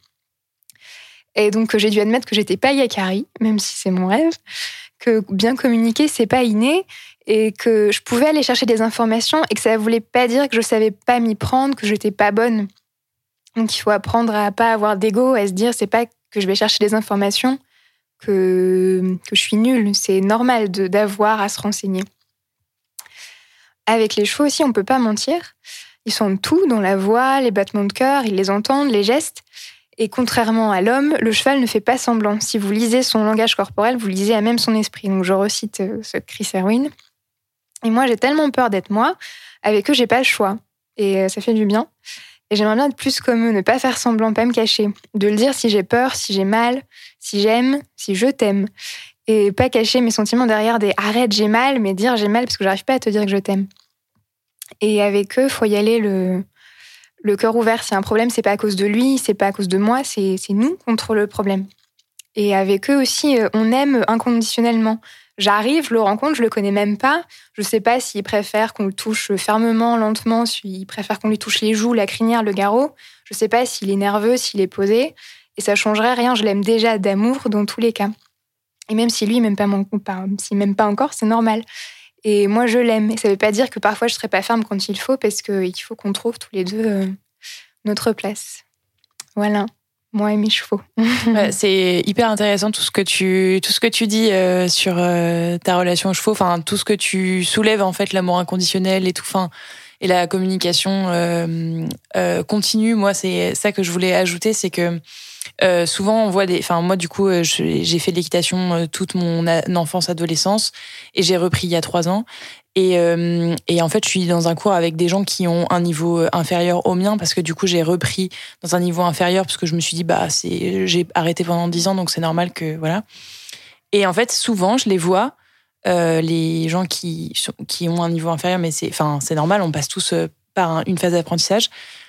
Et donc j'ai dû admettre que j'étais pas Yakari, même si c'est mon rêve, que bien communiquer, c'est pas inné, et que je pouvais aller chercher des informations et que ça voulait pas dire que je savais pas m'y prendre, que j'étais pas bonne. Donc, il faut apprendre à pas avoir d'ego, à se dire, c'est pas que je vais chercher des informations, que, que je suis nulle. C'est normal de, d'avoir à se renseigner. Avec les chevaux aussi, on peut pas mentir. Ils sentent tout dans la voix, les battements de cœur, ils les entendent, les gestes. Et contrairement à l'homme, le cheval ne fait pas semblant. Si vous lisez son langage corporel, vous lisez à même son esprit. Donc, je recite ce Chris Irwin. Et moi, j'ai tellement peur d'être moi. Avec eux, j'ai pas le choix. Et ça fait du bien. Et j'aimerais bien être plus comme eux, ne pas faire semblant, pas me cacher. De le dire si j'ai peur, si j'ai mal, si j'aime, si je t'aime. Et pas cacher mes sentiments derrière des « arrête, j'ai mal », mais dire « j'ai mal parce que j'arrive pas à te dire que je t'aime ». Et avec eux, il faut y aller le, le cœur ouvert. S'il y a un problème, c'est pas à cause de lui, c'est pas à cause de moi, c'est, c'est nous contre le problème. Et avec eux aussi, on aime inconditionnellement. J'arrive, je le rencontre, je le connais même pas. Je sais pas s'il préfère qu'on le touche fermement, lentement, s'il préfère qu'on lui touche les joues, la crinière, le garrot. Je sais pas s'il est nerveux, s'il est posé. Et ça changerait rien, je l'aime déjà d'amour dans tous les cas. Et même si lui, il m'aime pas, mon, pas, s'il m'aime pas encore, c'est normal. Et moi, je l'aime. Et ça veut pas dire que parfois, je serai pas ferme quand il faut, parce qu'il faut qu'on trouve tous les deux euh, notre place. Voilà. Moi et mes chevaux. Ouais, c'est hyper intéressant tout ce que tu tout ce que tu dis euh, sur euh, ta relation aux chevaux, enfin tout ce que tu soulèves en fait, l'amour inconditionnel et tout, enfin et la communication euh, euh, continue. Moi, c'est ça que je voulais ajouter, c'est que euh, souvent on voit des, enfin moi du coup euh, j'ai fait de l'équitation euh, toute mon enfance, adolescence, et j'ai repris il y a trois ans. Et, euh, et en fait, je suis dans un cours avec des gens qui ont un niveau inférieur au mien, parce que du coup, j'ai repris dans un niveau inférieur, parce que je me suis dit, bah, c'est, j'ai arrêté pendant dix ans, donc c'est normal que, voilà. Et en fait, souvent, je les vois, euh, les gens qui, qui ont un niveau inférieur, mais c'est, enfin, c'est normal, on passe tous par une phase d'apprentissage,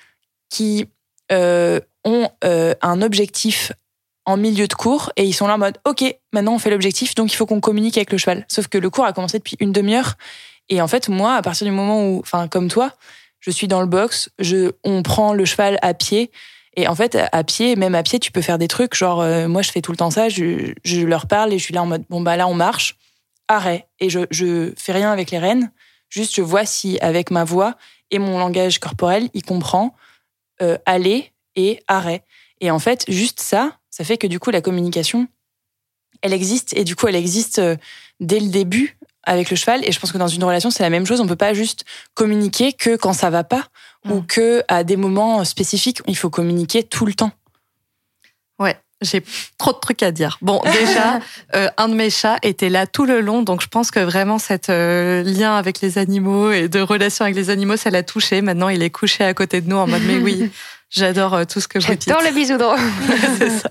qui euh, ont euh, un objectif en milieu de cours, et ils sont là en mode, ok, maintenant on fait l'objectif, donc il faut qu'on communique avec le cheval. Sauf que le cours a commencé depuis une demi-heure. Et en fait, moi, à partir du moment où, enfin, comme toi, je suis dans le box, je, on prend le cheval à pied. Et en fait, à pied, même à pied, tu peux faire des trucs. Genre, euh, moi, je fais tout le temps ça. Je, je leur parle et je suis là en mode, bon, bah là, on marche. Arrêt. Et je, je fais rien avec les rênes. Juste, je vois si avec ma voix et mon langage corporel, il comprend euh, aller et arrêt. Et en fait, juste ça, ça fait que du coup, la communication, elle existe. Et du coup, elle existe euh, dès le début avec le cheval. Et je pense que dans une relation, c'est la même chose. On peut pas juste communiquer que quand ça va pas mmh. ou que à des moments spécifiques. Il faut communiquer tout le temps. Ouais. J'ai trop de trucs à dire. Bon, déjà, euh, un de mes chats était là tout le long, donc je pense que vraiment cet euh, lien avec les animaux et de relation avec les animaux, ça l'a touché. Maintenant, il est couché à côté de nous en mode mais oui, j'adore euh, tout ce que vous dites. J'adore le bisoudrome. C'est ça.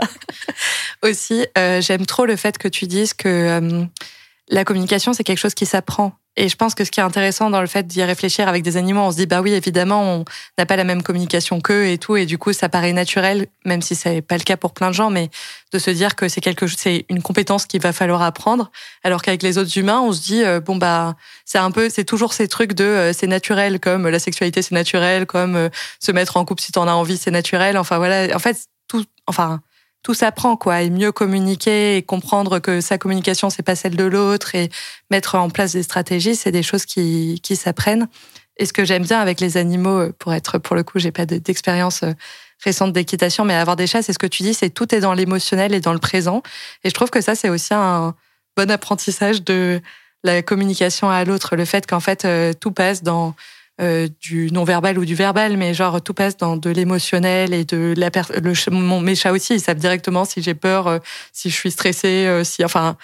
Aussi, euh, j'aime trop le fait que tu dises que euh, la communication, c'est quelque chose qui s'apprend. Et je pense que ce qui est intéressant dans le fait d'y réfléchir avec des animaux, on se dit, bah oui, évidemment, on n'a pas la même communication qu'eux et tout, et du coup, ça paraît naturel, même si c'est pas le cas pour plein de gens, mais de se dire que c'est quelque chose, c'est une compétence qu'il va falloir apprendre, alors qu'avec les autres humains, on se dit, euh, bon, bah, c'est un peu, c'est toujours ces trucs de, euh, c'est naturel, comme la sexualité, c'est naturel, comme euh, se mettre en couple si t'en as envie, c'est naturel, enfin voilà, en fait, tout, enfin, tout s'apprend, quoi, et mieux communiquer et comprendre que sa communication, c'est pas celle de l'autre et mettre en place des stratégies, c'est des choses qui, qui s'apprennent. Et ce que j'aime bien avec les animaux, pour être, pour le coup, j'ai pas d'expérience récente d'équitation, mais avoir des chats, c'est ce que tu dis, c'est tout est dans l'émotionnel et dans le présent. Et je trouve que ça, c'est aussi un bon apprentissage de la communication à l'autre, le fait qu'en fait, tout passe dans Euh, du non-verbal ou du verbal, mais genre tout passe dans de l'émotionnel et de la per- le mon, mes chats aussi, ils savent directement si j'ai peur, euh, si je suis stressée, euh, si enfin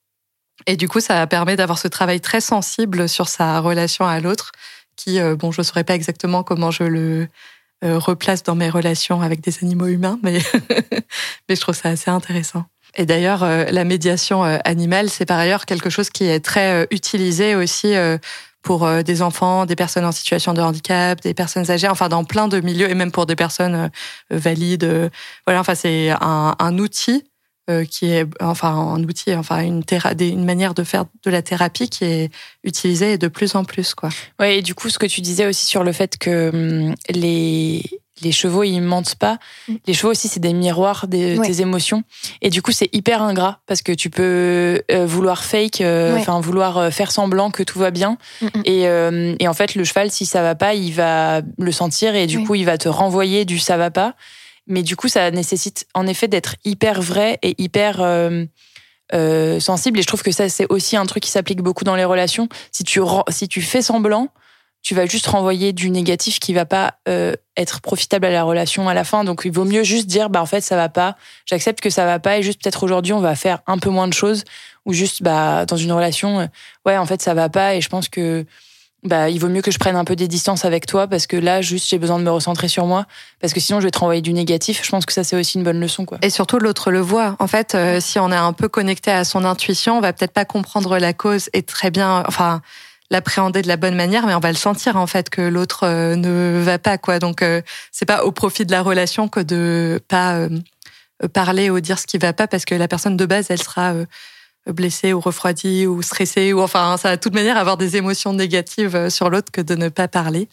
et du coup ça permet d'avoir ce travail très sensible sur sa relation à l'autre qui euh, bon je saurais pas exactement comment je le euh, replace dans mes relations avec des animaux humains, mais mais je trouve ça assez intéressant. Et d'ailleurs, euh, la médiation euh, animale, c'est par ailleurs quelque chose qui est très euh, utilisé aussi euh, pour des enfants, des personnes en situation de handicap, des personnes âgées, enfin dans plein de milieux, et même pour des personnes valides. Voilà, enfin c'est un, un outil qui est, enfin un outil, enfin une, théra- une manière de faire de la thérapie qui est utilisée de plus en plus, quoi. Ouais, et du coup, ce que tu disais aussi sur le fait que hum, les les chevaux, ils mentent pas. Les chevaux aussi, c'est des miroirs des, ouais. des émotions. Et du coup, c'est hyper ingrat parce que tu peux euh, vouloir fake, euh, enfin ouais. vouloir faire semblant que tout va bien. Mm-hmm. Et, euh, et en fait, le cheval, si ça va pas, il va le sentir et du oui. coup, il va te renvoyer du ça va pas. Mais du coup, ça nécessite en effet d'être hyper vrai et hyper euh, euh, sensible. Et je trouve que ça, c'est aussi un truc qui s'applique beaucoup dans les relations. Si tu si tu fais semblant, tu vas juste renvoyer du négatif qui va pas euh, être profitable à la relation à la fin. Donc, il vaut mieux juste dire, bah, en fait, ça va pas. J'accepte que ça va pas et juste peut-être aujourd'hui, on va faire un peu moins de choses ou juste, bah, dans une relation, euh, ouais, en fait, ça va pas et je pense que, bah, il vaut mieux que je prenne un peu des distances avec toi parce que là, juste, j'ai besoin de me recentrer sur moi parce que sinon, je vais te renvoyer du négatif. Je pense que ça, c'est aussi une bonne leçon, quoi. Et surtout, l'autre le voit. En fait, euh, si on est un peu connecté à son intuition, on va peut-être pas comprendre la cause et très bien, enfin, l'appréhender de la bonne manière, mais on va le sentir en fait que l'autre euh, ne va pas, quoi. Donc euh, c'est pas au profit de la relation que de pas euh, parler ou dire ce qui va pas, parce que la personne de base elle sera euh, blessée ou refroidie ou stressée ou enfin ça va de toute manière avoir des émotions négatives sur l'autre que de ne pas parler.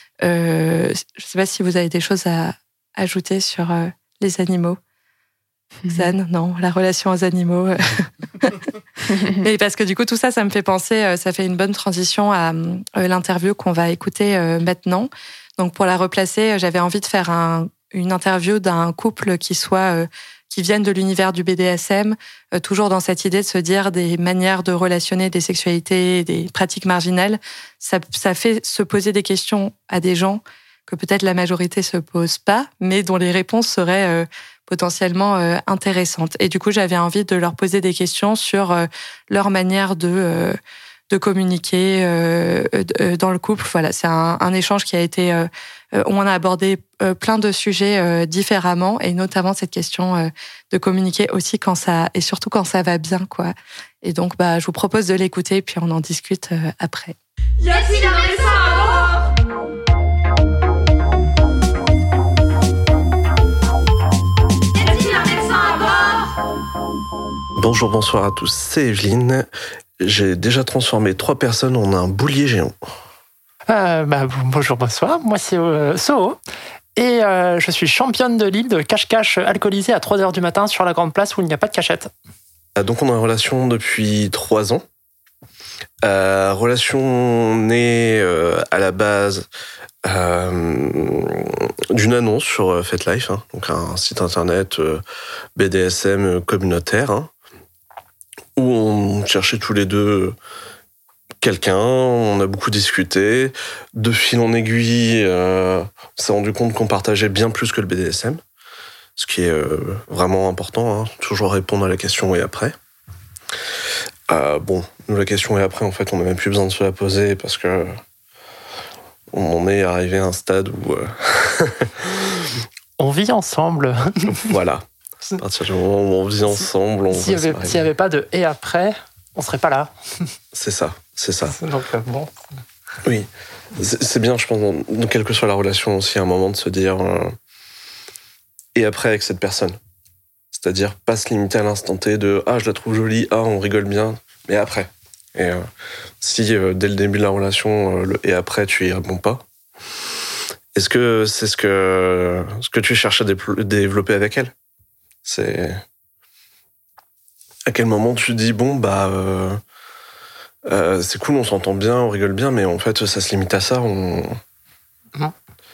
Euh, je sais pas si vous avez des choses à ajouter sur euh, les animaux. Xan, non, la relation aux animaux. Mais parce que du coup, tout ça, ça me fait penser, ça fait une bonne transition à l'interview qu'on va écouter maintenant. Donc, pour la replacer, j'avais envie de faire un, une interview d'un couple qui soit, qui vienne de l'univers du B D S M, toujours dans cette idée de se dire des manières de relationner des sexualités, des pratiques marginales. Ça, ça fait se poser des questions à des gens que peut-être la majorité se pose pas, mais dont les réponses seraient euh, potentiellement euh, intéressantes. Et du coup, j'avais envie de leur poser des questions sur euh, leur manière de euh, de communiquer euh, dans le couple. Voilà, c'est un, un échange qui a été euh, où on a abordé euh, plein de sujets euh, différemment, et notamment cette question euh, de communiquer aussi quand ça et surtout quand ça va bien, quoi. Et donc, bah, je vous propose de l'écouter, puis on en discute euh, après. Y a-t-il un médecin à bord ? Bonjour, bonsoir à tous, c'est Evelyne. J'ai déjà transformé trois personnes en un boulier géant. Euh, bah, bonjour, bonsoir, moi c'est euh, Soho. Et euh, je suis championne de l'île de cache-cache alcoolisé à trois heures du matin sur la grande place où il n'y a pas de cachette. Donc on est en relation depuis trois ans. Euh, relation née euh, à la base euh, d'une annonce sur FetLife, hein, donc un site internet euh, B D S M communautaire, hein, où on cherchait tous les deux quelqu'un, on a beaucoup discuté. De fil en aiguille, euh, on s'est rendu compte qu'on partageait bien plus que le B D S M, ce qui est euh, vraiment important, hein, toujours répondre à la question et après. Euh, bon, nous, la question et après, en fait, on n'a même plus besoin de se la poser parce que on en est arrivé à un stade où... Euh... on vit ensemble. Voilà. À partir du moment où on vit ensemble... On S'il n'y avait pas de « et après », on ne serait pas là. C'est ça, c'est ça. Donc, euh, bon... Oui, c'est, c'est bien, je pense, dans, dans quelle que soit la relation aussi, à un moment de se dire euh, et après avec cette personne. C'est-à-dire pas se limiter à l'instant T de ah je la trouve jolie, ah on rigole bien, mais après. Et euh, si euh, dès le début de la relation euh, le et après tu y réponds pas, est-ce que c'est ce que ce que tu cherches à dé- développer avec elle? C'est à quel moment tu dis bon bah euh, Euh, c'est cool, on s'entend bien, on rigole bien, mais en fait, ça se limite à ça. On... Non.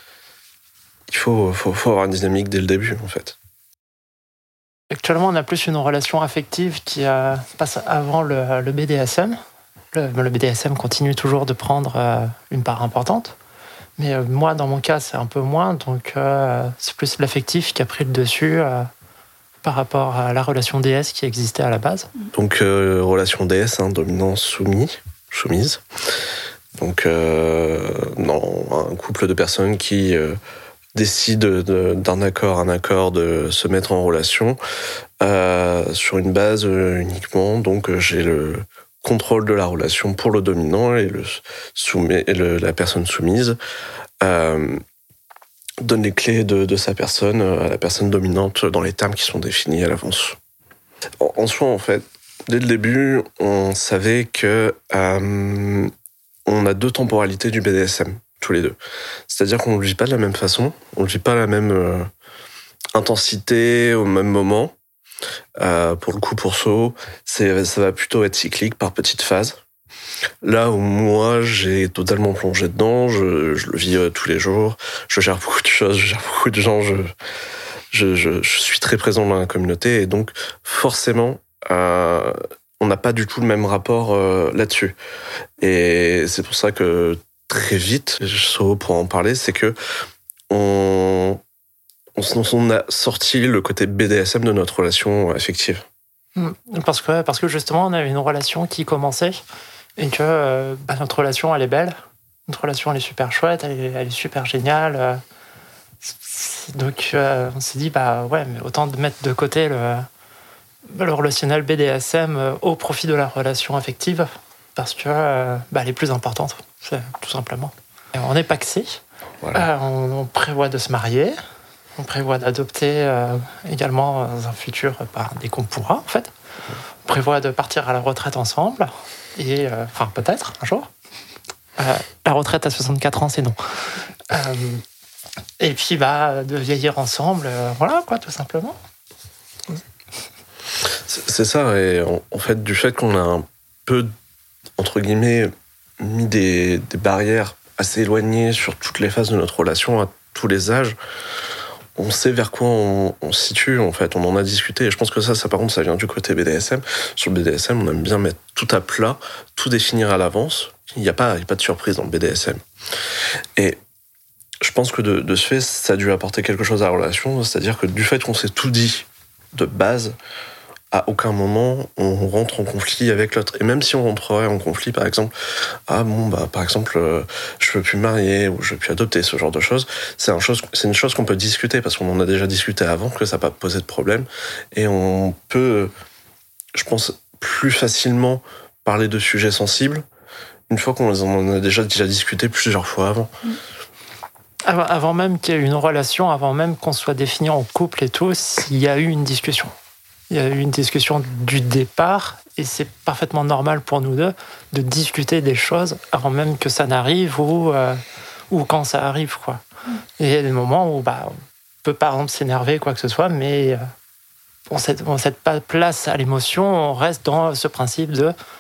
Il faut, faut, faut avoir une dynamique dès le début, en fait. Actuellement, on a plus une relation affective qui euh, passe avant le, le B D S M. Le, le B D S M continue toujours de prendre euh, une part importante. Mais euh, moi, dans mon cas, c'est un peu moins. Donc, euh, c'est plus l'affectif qui a pris le dessus euh, par rapport à la relation D S qui existait à la base. Donc, euh, relation D S, hein, dominant soumis, soumise. Donc, euh, dans un couple de personnes qui euh, décident de, d'un accord, un accord de se mettre en relation euh, sur une base euh, uniquement. Donc, euh, j'ai le contrôle de la relation pour le dominant et, le soumis, et le, la personne soumise euh, donne les clés de, de sa personne à la personne dominante dans les termes qui sont définis à l'avance. En, en soi, en fait, dès le début, on savait que euh, on a deux temporalités du B D S M, tous les deux. C'est-à-dire qu'on ne le vit pas de la même façon, on ne vit pas la même euh, intensité au même moment. Euh, pour le coup, pour So, c'est, ça va plutôt être cyclique par petites phases. Là où moi, j'ai totalement plongé dedans, je, je le vis euh, tous les jours, je gère beaucoup de choses, je gère beaucoup de gens, je, je, je, je suis très présent dans la communauté et donc forcément, euh, on n'a pas du tout le même rapport euh, là-dessus. Et c'est pour ça que très vite, So pour en parler, c'est que on, on a sorti le côté B D S M de notre relation affective. Parce que, parce que justement, on avait une relation qui commençait et que euh, bah, notre relation, elle est belle. Notre relation, elle est super chouette, elle est, elle est super géniale. Euh, donc, euh, on s'est dit, bah ouais, mais autant de mettre de côté le, le relationnel B D S M au profit de la relation affective parce que euh, bah, elle est plus importante, c'est, tout simplement. Et on est pacsé, voilà. euh, on, on prévoit de se marier. On prévoit d'adopter euh, également dans un futur, bah, dès qu'on pourra, en fait. On prévoit de partir à la retraite ensemble. Et, euh, enfin, peut-être, un jour. Euh, la retraite à soixante-quatre ans, c'est non. Euh, et puis, bah, de vieillir ensemble, euh, voilà, quoi, tout simplement. C'est, c'est ça, et en, en fait, du fait qu'on a un peu, entre guillemets, mis des, des barrières assez éloignées sur toutes les phases de notre relation, à tous les âges, on sait vers quoi on, on se situe, en fait. On en a discuté. Et je pense que ça, ça, par contre, ça vient du côté B D S M. Sur le B D S M, on aime bien mettre tout à plat, tout définir à l'avance. Il n'y a pas, il n'y a pas de surprise dans le B D S M. Et je pense que de, de ce fait, ça a dû apporter quelque chose à la relation. C'est-à-dire que du fait qu'on s'est tout dit de base, à aucun moment on rentre en conflit avec l'autre. Et même si on rentrerait en conflit, par exemple, ah bon, bah, par exemple, euh, je veux plus me marier ou je veux plus adopter, ce genre de choses, c'est, un chose, c'est une chose qu'on peut discuter parce qu'on en a déjà discuté avant, que ça n'a pas posé de problème. Et on peut, je pense, plus facilement parler de sujets sensibles une fois qu'on en a déjà, déjà discuté plusieurs fois avant. Avant, avant même qu'il y ait une relation, avant même qu'on soit défini en couple et tout, il y a eu une discussion. Il y a eu une discussion du départ et c'est parfaitement normal pour nous deux de discuter des choses avant même que ça n'arrive ou, euh, ou quand ça arrive, quoi. Et il y a des moments où bah, on peut par exemple s'énerver, quoi que ce soit, mais euh, on ne cède pas place à l'émotion, on reste dans ce principe de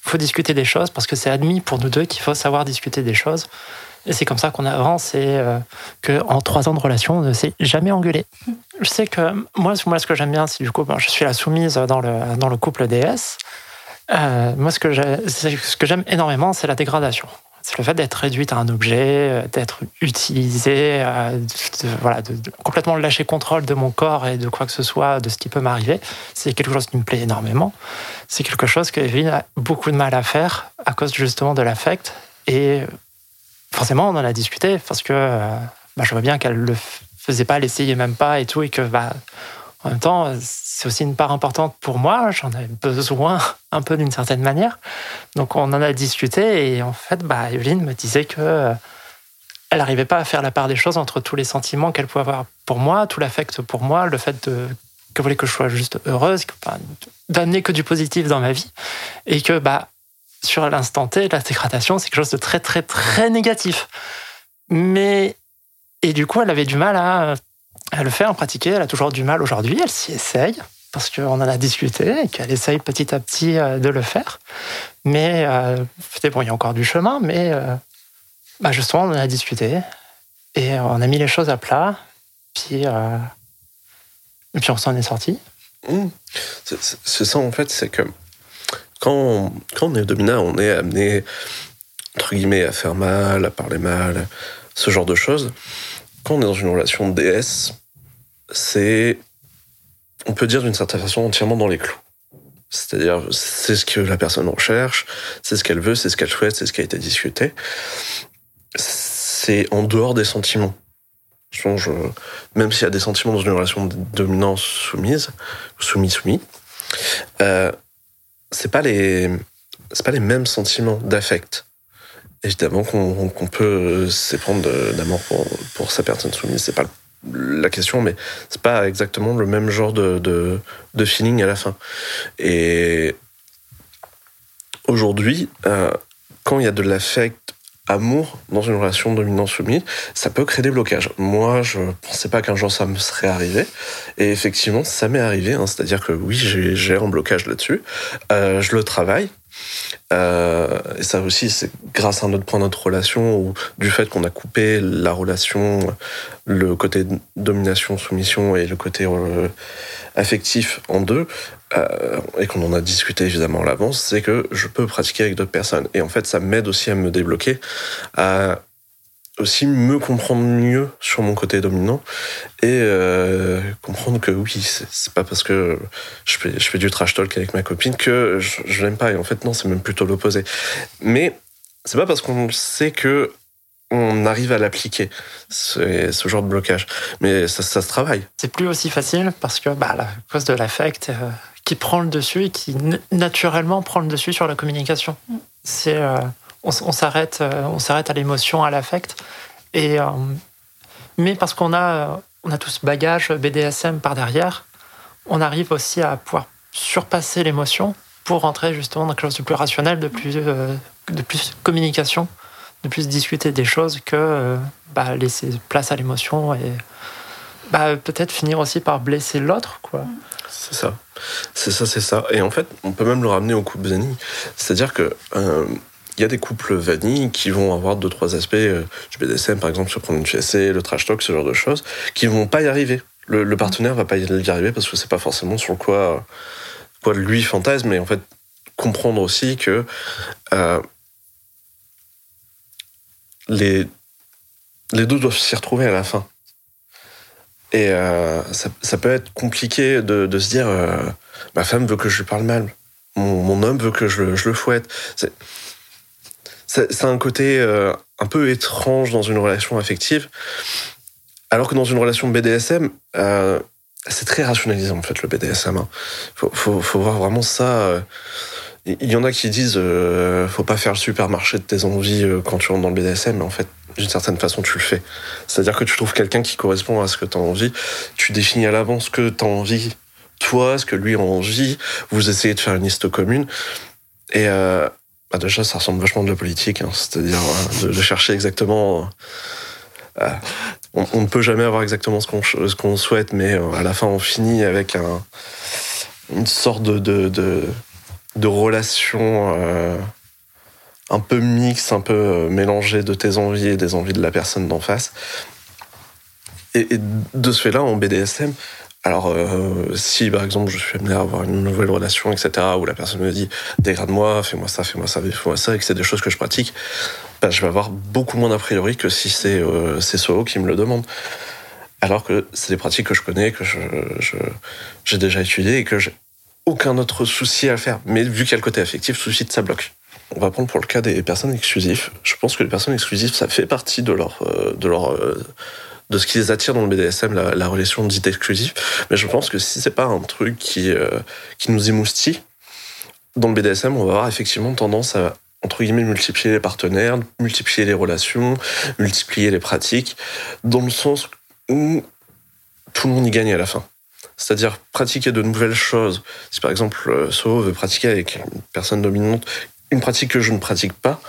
faut discuter des choses parce que c'est admis pour nous deux qu'il faut savoir discuter des choses. Et c'est comme ça qu'on avance et euh, qu'en trois ans de relation, on ne s'est jamais engueulé. Je sais que moi, moi ce que j'aime bien, c'est du coup, ben, je suis la soumise dans le, dans le couple D S. Euh, moi, ce que, ce que j'aime énormément, c'est la dégradation. C'est le fait d'être réduite à un objet, d'être utilisée, euh, de, voilà, de, de complètement lâcher contrôle de mon corps et de quoi que ce soit, de ce qui peut m'arriver. C'est quelque chose qui me plaît énormément. C'est quelque chose que Evelyne a beaucoup de mal à faire à cause justement de l'affect. Et forcément, on en a discuté parce que euh, bah, je vois bien qu'elle le faisait pas, elle essayait même pas et tout, et que bah, en même temps, c'est aussi une part importante pour moi. J'en avais besoin un peu d'une certaine manière. Donc on en a discuté et en fait, bah, Evelyne me disait que euh, elle n'arrivait pas à faire la part des choses entre tous les sentiments qu'elle pouvait avoir pour moi, tout l'affect pour moi, le fait de, qu'elle voulait que je sois juste heureuse, que, bah, d'amener que du positif dans ma vie, et que bah sur l'instant T, la dégradation, c'est quelque chose de très très très négatif. Mais et du coup, elle avait du mal à à le faire, à pratiquer. Elle a toujours du mal aujourd'hui. Elle s'y essaye parce qu'on en a discuté et qu'elle essaye petit à petit de le faire. Mais euh, bon, il y a encore du chemin, mais euh, bah justement, on en a discuté et on a mis les choses à plat. Puis, euh, et puis on s'en est sorti. Mmh. C'est, c'est ça en fait, c'est que quand on, quand on est dominant, on est amené entre guillemets à faire mal, à parler mal, ce genre de choses. Quand on est dans une relation de D S, c'est, on peut dire d'une certaine façon, entièrement dans les clous. C'est-à-dire, c'est ce que la personne recherche, c'est ce qu'elle veut, c'est ce qu'elle souhaite, c'est ce qui a été discuté. C'est en dehors des sentiments. Je, même s'il y a des sentiments dans une relation de dominance-soumise, soumis-soumis, euh, c'est pas les, c'est pas les mêmes sentiments d'affect. Évidemment qu'on, qu'on peut s'épandre d'amour pour, pour sa personne soumise, c'est pas la question, mais c'est pas exactement le même genre de, de, de feeling à la fin. Et aujourd'hui, euh, quand il y a de l'affect, amour dans une relation dominant-soumis, ça peut créer des blocages. Moi, je pensais pas qu'un jour ça me serait arrivé, et effectivement, ça m'est arrivé. Hein, c'est-à-dire que oui, j'ai, j'ai un blocage là-dessus. Euh, je le travaille. Euh, et ça aussi, c'est grâce à un autre point de notre relation, ou du fait qu'on a coupé la relation, le côté domination-soumission et le côté euh, affectif en deux, euh, et qu'on en a discuté évidemment à l'avance, c'est que je peux pratiquer avec d'autres personnes. Et en fait, ça m'aide aussi à me débloquer, à aussi me comprendre mieux sur mon côté dominant et euh, comprendre que oui, c'est, c'est pas parce que je fais, je fais du trash talk avec ma copine que je, je l'aime pas. Et en fait, non, c'est même plutôt l'opposé. Mais c'est pas parce qu'on sait que on arrive à l'appliquer, ce, ce genre de blocage. Mais ça, ça se travaille. C'est plus aussi facile parce que, bah, à cause de l'affect euh, qui prend le dessus et qui n- naturellement prend le dessus sur la communication. Mm. C'est... Euh, On, on, s'arrête, on s'arrête à l'émotion, à l'affect. Et, euh, mais parce qu'on a, on a tout ce bagage B D S M par derrière, on arrive aussi à pouvoir surpasser l'émotion pour rentrer justement dans quelque chose de plus rationnel, de plus, euh, de plus communication, de plus discuter des choses que euh, bah, laisser place à l'émotion et bah, peut-être finir aussi par blesser l'autre, quoi. C'est ça. C'est ça, c'est ça. Et en fait, on peut même le ramener au couple vanille. C'est-à-dire que euh, il y a des couples vanille qui vont avoir deux, trois aspects euh, du B D S M, par exemple, se prendre une fessée, le trash talk, ce genre de choses, qui vont pas y arriver. Le, le partenaire va pas y arriver parce que c'est pas forcément sur quoi, quoi lui fantasme, mais en fait, comprendre aussi que euh, les, les deux doivent s'y retrouver à la fin. Et euh, ça, ça peut être compliqué de, de se dire euh, ma femme veut que je lui parle mal, mon, mon homme veut que je, je le fouette. C'est, c'est, c'est un côté euh, un peu étrange dans une relation affective, alors que dans une relation B D S M, euh, c'est très rationalisé en fait le B D S M. Hein. Faut, faut, faut voir vraiment ça. Euh, il y en a qui disent euh, faut pas faire le supermarché de tes envies euh, quand tu rentres dans le B D S M, mais en fait, d'une certaine façon, tu le fais. C'est-à-dire que tu trouves quelqu'un qui correspond à ce que tu as envie, tu définis à l'avance ce que tu as envie, toi, ce que lui a envie, vous essayez de faire une liste commune, et euh, bah déjà, ça ressemble vachement de la politique, hein, c'est-à-dire euh, de, de chercher exactement... Euh, on, on ne peut jamais avoir exactement ce qu'on, ce qu'on souhaite, mais euh, à la fin, on finit avec un, une sorte de... de, de de relations euh, un peu mixtes, un peu euh, mélangées de tes envies et des envies de la personne d'en face. Et, et de ce fait-là, en B D S M, alors euh, si par exemple je suis amené à avoir une nouvelle relation, et cetera, où la personne me dit dégrade-moi, fais-moi ça, fais-moi ça, fais-moi ça, et que c'est des choses que je pratique, bah, je vais avoir beaucoup moins d'a priori que si c'est euh, c'est Soho qui me le demande. Alors que c'est des pratiques que je connais, que je, je, j'ai déjà étudiées et que j'ai aucun autre souci à faire. Mais vu qu'il y a le côté affectif, souci de ça bloque. On va prendre pour le cas des personnes exclusives. Je pense que les personnes exclusives, ça fait partie de leur, de leur, de ce qui les attire dans le B D S M, la, la relation dite exclusive. Mais je pense que si c'est pas un truc qui, euh, qui nous émoustille, dans le B D S M, on va avoir effectivement tendance à, entre guillemets, multiplier les partenaires, multiplier les relations, multiplier les pratiques, dans le sens où tout le monde y gagne à la fin. C'est-à-dire pratiquer de nouvelles choses. Si par exemple Soho veut pratiquer avec une personne dominante une pratique que je ne pratique pas,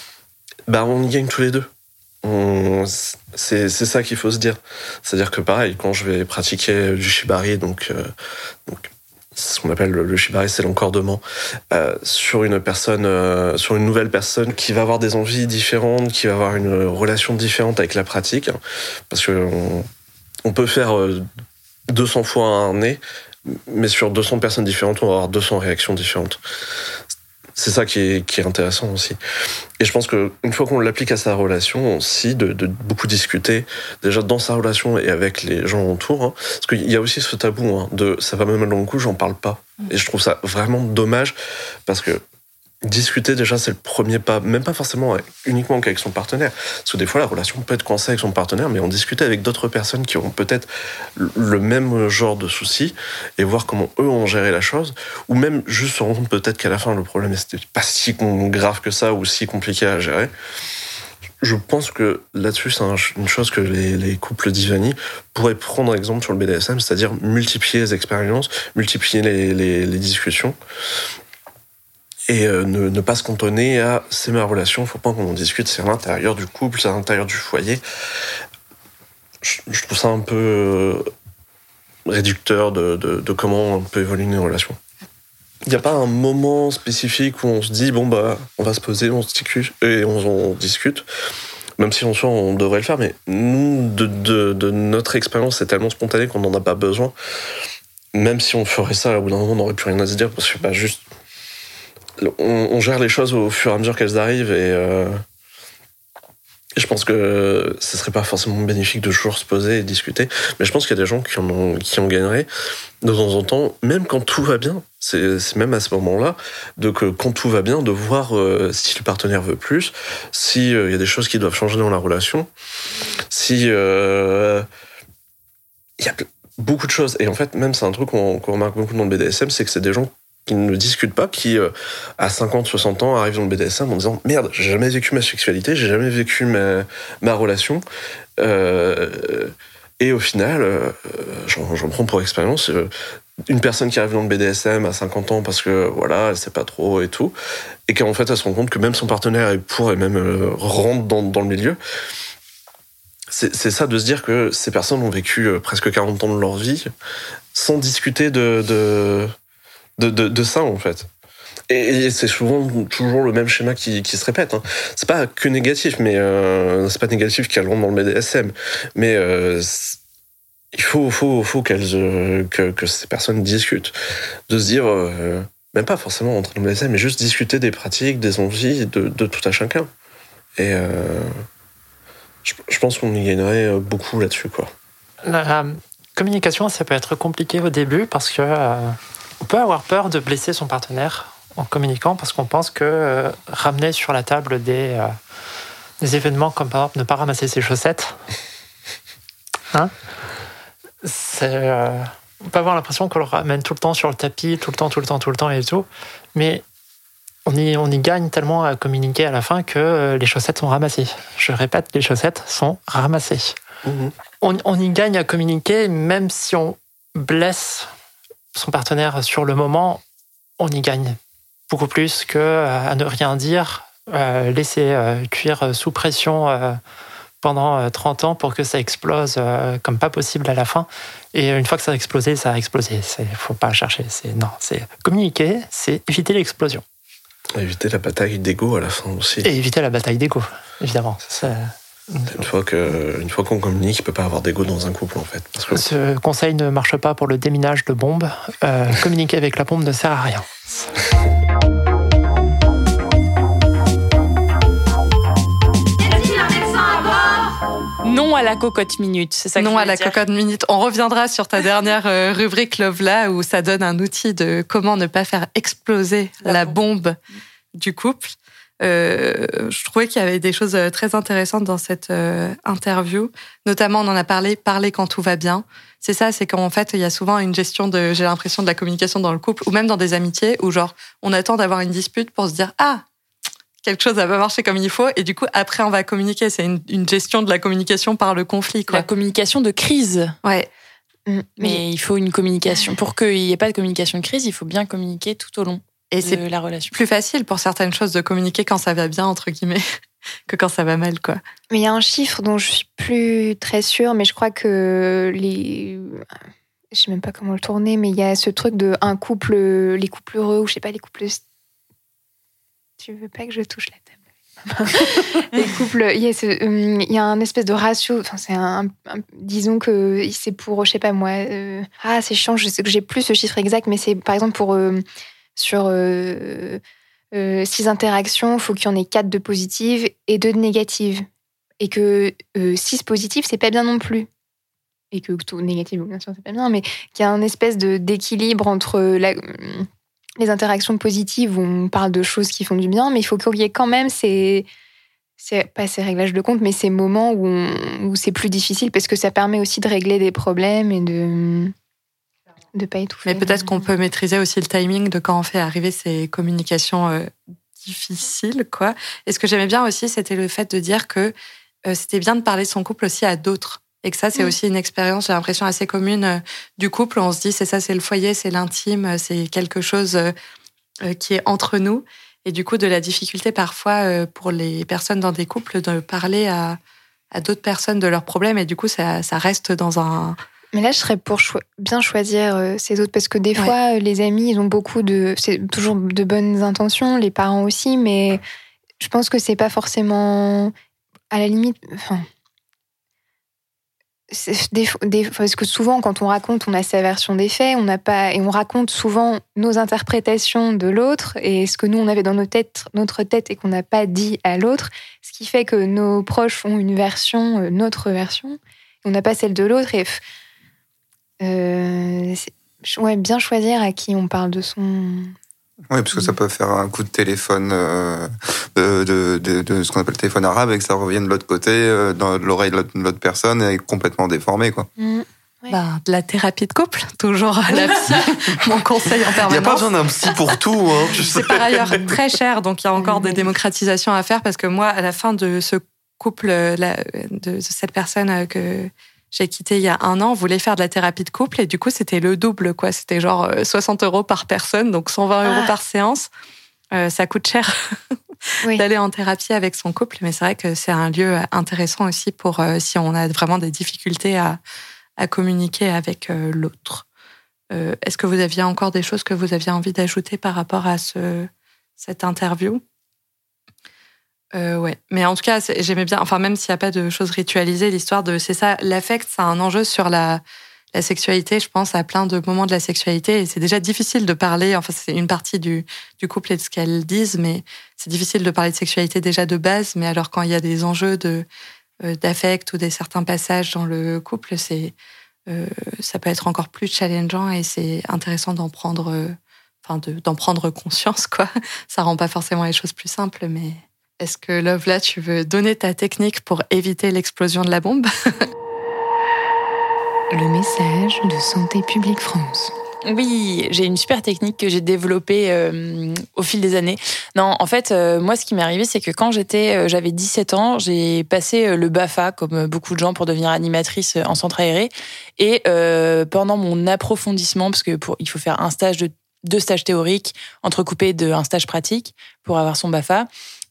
bah on y gagne tous les deux. On, c'est, c'est ça qu'il faut se dire. C'est-à-dire que pareil, quand je vais pratiquer du shibari, donc, euh, donc ce qu'on appelle le, le shibari, c'est l'encordement, euh, sur une personne, euh, sur une nouvelle personne qui va avoir des envies différentes, qui va avoir une relation différente avec la pratique, hein, parce que on, on peut faire euh, deux cents fois un nez, mais sur deux cents personnes différentes, on va avoir deux cents réactions différentes. C'est ça qui est, qui est intéressant aussi. Et je pense qu'une fois qu'on l'applique à sa relation aussi, de, de beaucoup discuter, déjà dans sa relation et avec les gens autour, hein, parce qu'il y a aussi ce tabou hein, de ça va même dans le coup, j'en parle pas. Et je trouve ça vraiment dommage, parce que discuter, déjà, c'est le premier pas, même pas forcément uniquement qu'avec son partenaire. Parce que des fois, la relation peut être coincée avec son partenaire, mais en discuter avec d'autres personnes qui ont peut-être le même genre de soucis et voir comment eux ont géré la chose, ou même juste se rendre compte peut-être qu'à la fin, le problème c'était pas si grave que ça ou si compliqué à gérer. Je pense que là-dessus, c'est une chose que les, les couples d'Ivani pourraient prendre exemple sur le B D S M, c'est-à-dire multiplier les expériences, multiplier les, les, les discussions. Et euh, ne, ne pas se cantonner à « c'est ma relation, il ne faut pas qu'on en discute, c'est à l'intérieur du couple, c'est à l'intérieur du foyer ». Je, je trouve ça un peu euh, réducteur de, de, de comment on peut évoluer une relation. Il n'y a pas un moment spécifique où on se dit « bon, bah, on va se poser, on se discute, et on, on discute ». Même si en soi, on devrait le faire, mais nous, de, de, de notre expérience, c'est tellement spontané qu'on n'en a pas besoin. Même si on ferait ça, au bout d'un moment, on n'aurait plus rien à se dire, parce que bah, juste... On, on gère les choses au fur et à mesure qu'elles arrivent, et, euh, et je pense que ce serait pas forcément bénéfique de toujours se poser et discuter, mais je pense qu'il y a des gens qui en, ont, qui en gagneraient de temps en temps, même quand tout va bien. C'est, c'est même à ce moment-là, de que quand tout va bien, de voir euh, si le partenaire veut plus, s'il euh, y a des choses qui doivent changer dans la relation, si euh, il y a beaucoup de choses. Et en fait, même c'est un truc qu'on, qu'on remarque beaucoup dans le B D S M, c'est que c'est des gens qui ne discutent pas, qui, euh, à cinquante, soixante ans, arrivent dans le B D S M en disant « Merde, j'ai jamais vécu ma sexualité, j'ai jamais vécu ma, ma relation. Euh, » Et au final, euh, j'en, j'en prends pour expérience, euh, une personne qui arrive dans le B D S M à cinquante ans parce que, voilà, elle sait pas trop et tout, et qu'en fait, elle se rend compte que même son partenaire est pour et même euh, rentre dans, dans le milieu. C'est, c'est ça, de se dire que ces personnes ont vécu euh, presque quarante ans de leur vie sans discuter de... de De, de, de ça, en fait. Et, et c'est souvent toujours le même schéma qui, qui se répète. Hein. C'est pas que négatif, mais euh, c'est pas négatif qu'elles rentrent dans le B D S M. Mais euh, il faut, faut, faut qu'elles, euh, que, que ces personnes discutent. De se dire, euh, même pas forcément rentrer dans le B D S M, mais juste discuter des pratiques, des envies de, de tout à chacun. Et euh, je, je pense qu'on y gagnerait beaucoup là-dessus, quoi. La communication, ça peut être compliqué au début parce que euh, on peut avoir peur de blesser son partenaire en communiquant parce qu'on pense que euh, ramener sur la table des, euh, des événements comme par exemple ne pas ramasser ses chaussettes, hein, c'est, euh, on peut avoir l'impression qu'on le ramène tout le temps sur le tapis, tout le temps, tout le temps, tout le temps et tout, mais on y, on y gagne tellement à communiquer à la fin que euh, les chaussettes sont ramassées. Je répète, les chaussettes sont ramassées. Mmh. On, on y gagne à communiquer même si on blesse son partenaire sur le moment, on y gagne beaucoup plus qu'à ne rien dire, euh, laisser euh, cuire sous pression euh, pendant trente ans pour que ça explose euh, comme pas possible à la fin. Et une fois que ça a explosé, ça a explosé. Il ne faut pas chercher. C'est, non, c'est communiquer, c'est éviter l'explosion. Éviter la bataille d'ego à la fin aussi. Et éviter la bataille d'ego, évidemment. Ça, une, fois que, une fois qu'on communique, il ne peut pas avoir d'ego dans un couple, en fait. Parce que... Ce conseil ne marche pas pour le déminage de bombes. Euh, communiquer avec la bombe ne sert à rien. Non à la cocotte minute, c'est ça que Non je à la dire. cocotte minute. On reviendra sur ta dernière euh, rubrique Love là où ça donne un outil de comment ne pas faire exploser la, la bombe. bombe du couple. Euh, je trouvais qu'il y avait des choses très intéressantes dans cette euh, interview. Notamment, on en a parlé, parler quand tout va bien. C'est ça, c'est qu'en fait, il y a souvent une gestion de, j'ai l'impression, de la communication dans le couple ou même dans des amitiés où genre, on attend d'avoir une dispute pour se dire, ah, quelque chose n'a pas marché comme il faut, et du coup, après, on va communiquer. C'est une, une gestion de la communication par le conflit, quoi. La communication de crise. Ouais. Mais oui. Il faut une communication. Pour qu'il n'y ait pas de communication de crise, il faut bien communiquer tout au long et de c'est la relation. Plus facile pour certaines choses de communiquer quand ça va bien, entre guillemets, que quand ça va mal, quoi. Mais il y a un chiffre dont je suis plus très sûre, mais je crois que les... Je sais même pas comment le tourner, mais il y a ce truc de un couple, les couples heureux, ou je sais pas, les couples... Tu veux pas que je touche la table? Les couples, il y a, ce, euh, il y a un espèce de ratio. Enfin, c'est un, un, disons que c'est pour, je sais pas moi. Euh, ah, c'est chiant. Je sais que j'ai plus ce chiffre exact, mais c'est par exemple pour euh, sur euh, euh, six interactions, il faut qu'il y en ait quatre de positives et deux de négatives, et que euh, six positives, c'est pas bien non plus. Et que tout négatif, bien sûr, c'est pas bien, mais qu'il y a un espèce de d'équilibre entre la les interactions positives où on parle de choses qui font du bien, mais il faut qu'il y ait quand même ces, ces pas ces réglages de compte, mais ces moments où, on, où c'est plus difficile parce que ça permet aussi de régler des problèmes et de de pas étouffer. Mais peut-être qu'on peut maîtriser aussi le timing de quand on fait arriver ces communications euh, difficiles, quoi. Et ce que j'aimais bien aussi, c'était le fait de dire que euh, c'était bien de parler de son couple aussi à d'autres. Et que ça, c'est mmh. aussi une expérience, j'ai l'impression, assez commune euh, du couple. On se dit, c'est ça, c'est le foyer, c'est l'intime, c'est quelque chose euh, euh, qui est entre nous. Et du coup, de la difficulté parfois euh, pour les personnes dans des couples de parler à, à d'autres personnes de leurs problèmes. Et du coup, ça, ça reste dans un... Mais là, je serais pour cho- bien choisir euh, ces autres. Parce que des ouais. fois, les amis, ils ont beaucoup de... C'est toujours de bonnes intentions, les parents aussi. Mais je pense que c'est pas forcément... À la limite... Enfin, Des, des, parce que souvent, quand on raconte, on a sa version des faits, on n'a pas, et on raconte souvent nos interprétations de l'autre et ce que nous on avait dans nos têtes, notre tête et qu'on n'a pas dit à l'autre, ce qui fait que nos proches ont une version, notre version, et on n'a pas celle de l'autre. Et euh, ouais, bien choisir à qui on parle de son. Oui, parce que ça peut faire un coup de téléphone, euh, de, de, de, de ce qu'on appelle le téléphone arabe, et que ça revienne de l'autre côté, euh, dans l'oreille de l'autre, de l'autre personne, et complètement déformé, quoi. Mmh. Ouais. Bah, de la thérapie de couple, toujours à la psy, mon conseil en permanence. Il n'y a pas besoin d'un psy pour tout. Hein, tu C'est sais. Par ailleurs très cher, donc il y a encore mmh. des démocratisations à faire, parce que moi, à la fin de ce couple, la, de cette personne que j'ai quitté il y a un an, voulait faire de la thérapie de couple et du coup, c'était le double, quoi. C'était genre soixante euros par personne, donc cent vingt euros ah. par séance. Euh, ça coûte cher oui. d'aller en thérapie avec son couple, mais c'est vrai que c'est un lieu intéressant aussi pour euh, si on a vraiment des difficultés à, à communiquer avec euh, l'autre. Euh, est-ce que vous aviez encore des choses que vous aviez envie d'ajouter par rapport à ce, cette interview ? Euh, ouais, mais en tout cas, j'aimais bien, enfin, même s'il n'y a pas de choses ritualisées, l'histoire de, c'est ça, l'affect, c'est un enjeu sur la, la sexualité, je pense, à plein de moments de la sexualité, et c'est déjà difficile de parler, enfin, c'est une partie du, du couple et de ce qu'elles disent, mais c'est difficile de parler de sexualité déjà de base, mais alors quand il y a des enjeux de, euh, d'affect ou des certains passages dans le couple, c'est, euh, ça peut être encore plus challengeant et c'est intéressant d'en prendre, euh, enfin, de, d'en prendre conscience, quoi. Ça rend pas forcément les choses plus simples, mais... Est-ce que, Love, là, tu veux donner ta technique pour éviter l'explosion de la bombe ? Le message de Santé publique France. Oui, j'ai une super technique que j'ai développée euh, au fil des années. Non, en fait, euh, moi, ce qui m'est arrivé, c'est que quand j'étais, euh, j'avais dix-sept ans, j'ai passé le BAFA, comme beaucoup de gens, pour devenir animatrice en centre aéré. Et euh, pendant mon approfondissement, parce que pour, il faut faire un stage de deux stages théoriques entrecoupés d'un stage pratique pour avoir son BAFA.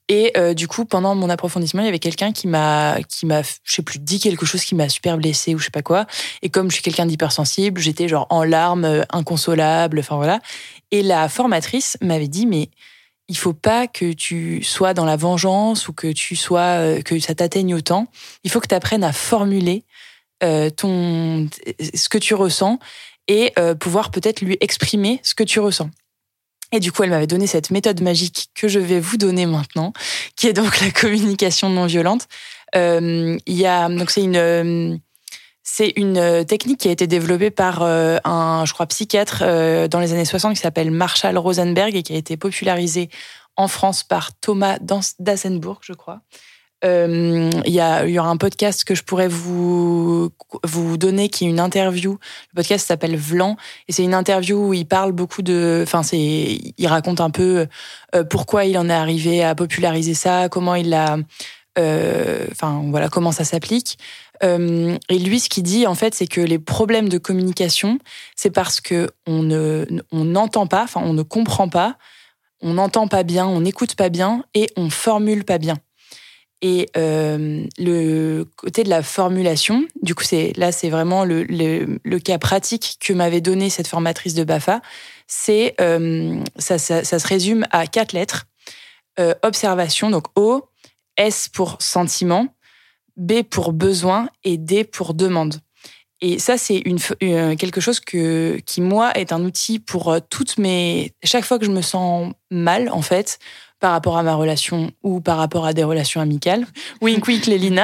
Et euh, du coup, pendant mon approfondissement, il y avait quelqu'un qui m'a, qui m'a, je sais plus, dit quelque chose qui m'a super blessée ou je sais pas quoi. Et comme je suis quelqu'un d'hypersensible, j'étais genre en larmes, inconsolable, enfin voilà. Et la formatrice m'avait dit, mais il faut pas que tu sois dans la vengeance ou que tu sois, que ça t'atteigne autant. Il faut que tu apprennes à formuler euh, ton, ce que tu ressens et euh, pouvoir peut-être lui exprimer ce que tu ressens. Et du coup, elle m'avait donné cette méthode magique que je vais vous donner maintenant, qui est donc la communication non violente. Euh, il y a donc c'est une c'est une technique qui a été développée par euh, un, je crois, psychiatre euh, dans les années soixante qui s'appelle Marshall Rosenberg et qui a été popularisée en France par Thomas Dasenbourg, je crois. Euh, il y a, il y aura un podcast que je pourrais vous vous donner qui est une interview. Le podcast s'appelle Vlan et c'est une interview où il parle beaucoup de, enfin c'est, il raconte un peu euh, pourquoi il en est arrivé à populariser ça, comment il a, euh, enfin voilà comment ça s'applique. Euh, et lui, ce qu'il dit en fait, c'est que les problèmes de communication, c'est parce que on ne, on n'entend pas, enfin on ne comprend pas, on n'entend pas bien, on n'écoute pas bien et on formule pas bien. Et euh, le côté de la formulation, du coup, c'est là, c'est vraiment le, le, le cas pratique que m'avait donné cette formatrice de B A F A. C'est euh, ça, ça, ça se résume à quatre lettres. Euh, observation, donc O, S pour sentiment, B pour besoin et D pour demande. Et ça, c'est une, une quelque chose que qui moi est un outil pour toutes mes chaque fois que je me sens mal en fait. Par rapport à ma relation ou par rapport à des relations amicales. Wink, wink, Lélina.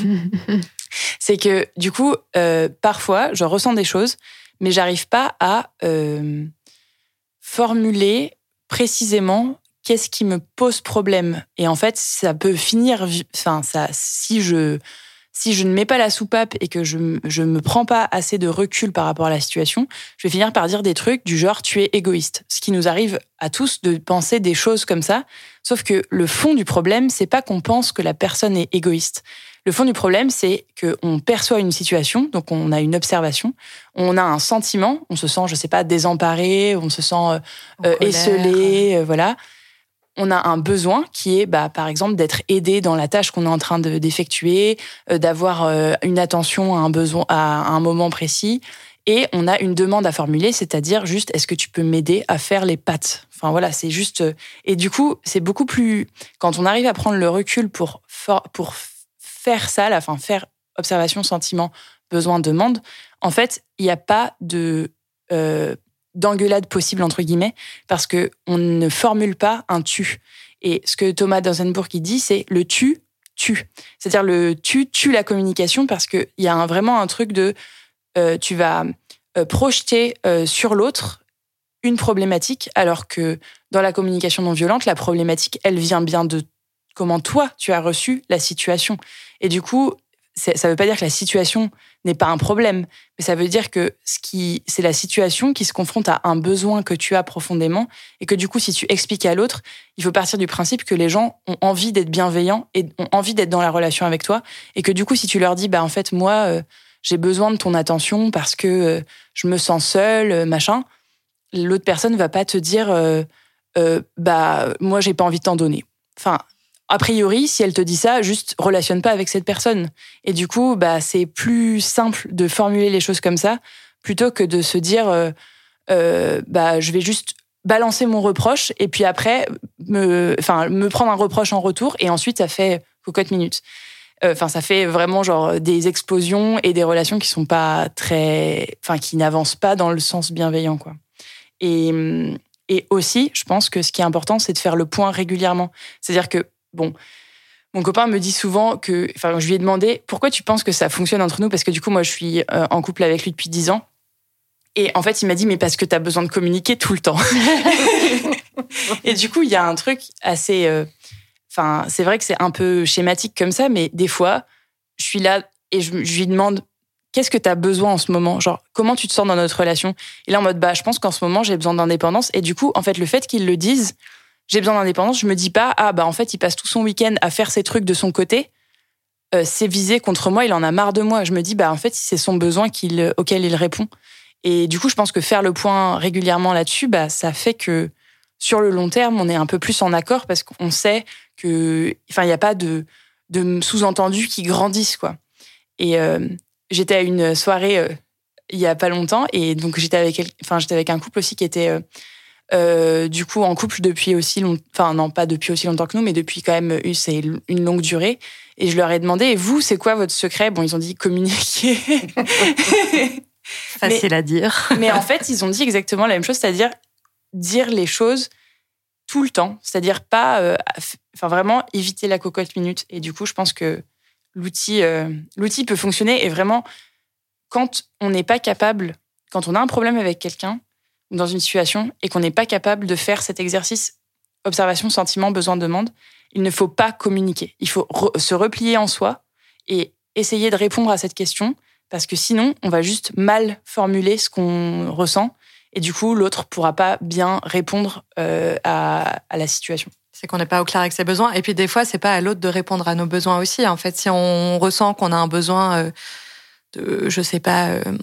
C'est que, du coup, euh, parfois, je ressens des choses, mais j'arrive pas à euh, formuler précisément qu'est-ce qui me pose problème. Et en fait, ça peut finir... Enfin, ça, si je... Si je ne mets pas la soupape et que je je me prends pas assez de recul par rapport à la situation, je vais finir par dire des trucs du genre tu es égoïste. Ce qui nous arrive à tous de penser des choses comme ça. Sauf que le fond du problème, c'est pas qu'on pense que la personne est égoïste. Le fond du problème, c'est qu'on perçoit une situation, donc on a une observation, on a un sentiment, on se sent, je sais pas, désemparé, on se sent euh, esselé, euh, voilà. On a un besoin qui est, bah, par exemple, d'être aidé dans la tâche qu'on est en train de, d'effectuer, euh, d'avoir euh, une attention à un besoin, à un moment précis. Et on a une demande à formuler, c'est-à-dire juste, est-ce que tu peux m'aider à faire les pâtes ? Enfin voilà, c'est juste. Et du coup, c'est beaucoup plus. Quand on arrive à prendre le recul pour for... pour faire ça, là, enfin faire observation, sentiment, besoin, demande. En fait, il n'y a pas de euh, d'engueulade possible entre guillemets parce que on ne formule pas un tu. Et ce que Thomas Dasenbourg qui dit, c'est le tu tue. C'est-à-dire le tu tue la communication parce que il y a un, vraiment un truc de euh, tu vas euh, projeter euh, sur l'autre une problématique alors que dans la communication non violente, la problématique elle vient bien de comment toi tu as reçu la situation. Et du coup, c'est, ça veut pas dire que la situation n'est pas un problème, mais ça veut dire que ce qui, c'est la situation qui se confronte à un besoin que tu as profondément et que du coup, si tu expliques à l'autre, il faut partir du principe que les gens ont envie d'être bienveillants et ont envie d'être dans la relation avec toi et que du coup, si tu leur dis, bah en fait, moi, euh, j'ai besoin de ton attention parce que euh, je me sens seule, euh, machin, l'autre personne va pas te dire, euh, euh, bah moi, j'ai pas envie de t'en donner. Enfin, a priori, si elle te dit ça, juste relationne pas avec cette personne. Et du coup, bah, c'est plus simple de formuler les choses comme ça, plutôt que de se dire, euh, euh, bah, je vais juste balancer mon reproche et puis après, me, enfin, me prendre un reproche en retour et ensuite, ça fait cocotte minute. Enfin, euh, ça fait vraiment genre des explosions et des relations qui sont pas très, enfin, qui n'avancent pas dans le sens bienveillant, quoi. Et, et aussi, je pense que ce qui est important, c'est de faire le point régulièrement. C'est-à-dire que bon, mon copain me dit souvent que, enfin, je lui ai demandé pourquoi tu penses que ça fonctionne entre nous parce que du coup, moi, je suis euh, en couple avec lui depuis dix ans. Et en fait, il m'a dit mais parce que t'as besoin de communiquer tout le temps. Et du coup, il y a un truc assez, euh, enfin, c'est vrai que c'est un peu schématique comme ça, mais des fois, je suis là et je, je lui demande qu'est-ce que t'as besoin en ce moment, genre comment tu te sens dans notre relation. Et là, en mode bah, je pense qu'en ce moment, j'ai besoin d'indépendance. Et du coup, en fait, le fait qu'il le dise. J'ai besoin d'indépendance, je me dis pas, ah bah en fait, il passe tout son week-end à faire ses trucs de son côté, euh, c'est visé contre moi, il en a marre de moi. Je me dis, bah en fait, c'est son besoin qu'il, auquel il répond. Et du coup, je pense que faire le point régulièrement là-dessus, bah ça fait que sur le long terme, on est un peu plus en accord parce qu'on sait que, enfin, il n'y a pas de, de sous-entendus qui grandissent, quoi. Et euh, j'étais à une soirée euh, il y a pas longtemps et donc j'étais avec, enfin, j'étais avec un couple aussi qui était euh, euh, du coup en couple depuis aussi longtemps, enfin non pas depuis aussi longtemps que nous, mais depuis quand même c'est une longue durée. Et je leur ai demandé, et vous, c'est quoi votre secret? Bon, ils ont dit communiquer. Facile mais, à dire. Mais en fait, ils ont dit exactement la même chose, c'est-à-dire dire les choses tout le temps, c'est-à-dire pas, euh, enfin vraiment éviter la cocotte minute. Et du coup, je pense que l'outil, euh, l'outil peut fonctionner. Et vraiment, quand on n'est pas capable, quand on a un problème avec quelqu'un ou dans une situation et qu'on n'est pas capable de faire cet exercice observation, sentiment, besoin, demande, il ne faut pas communiquer. Il faut re- se replier en soi et essayer de répondre à cette question parce que sinon, on va juste mal formuler ce qu'on ressent et du coup, l'autre pourra pas bien répondre euh, à, à la situation. C'est qu'on n'est pas au clair avec ses besoins. Et puis, des fois, c'est pas à l'autre de répondre à nos besoins aussi. En fait, si on ressent qu'on a un besoin euh, de, je sais pas, euh,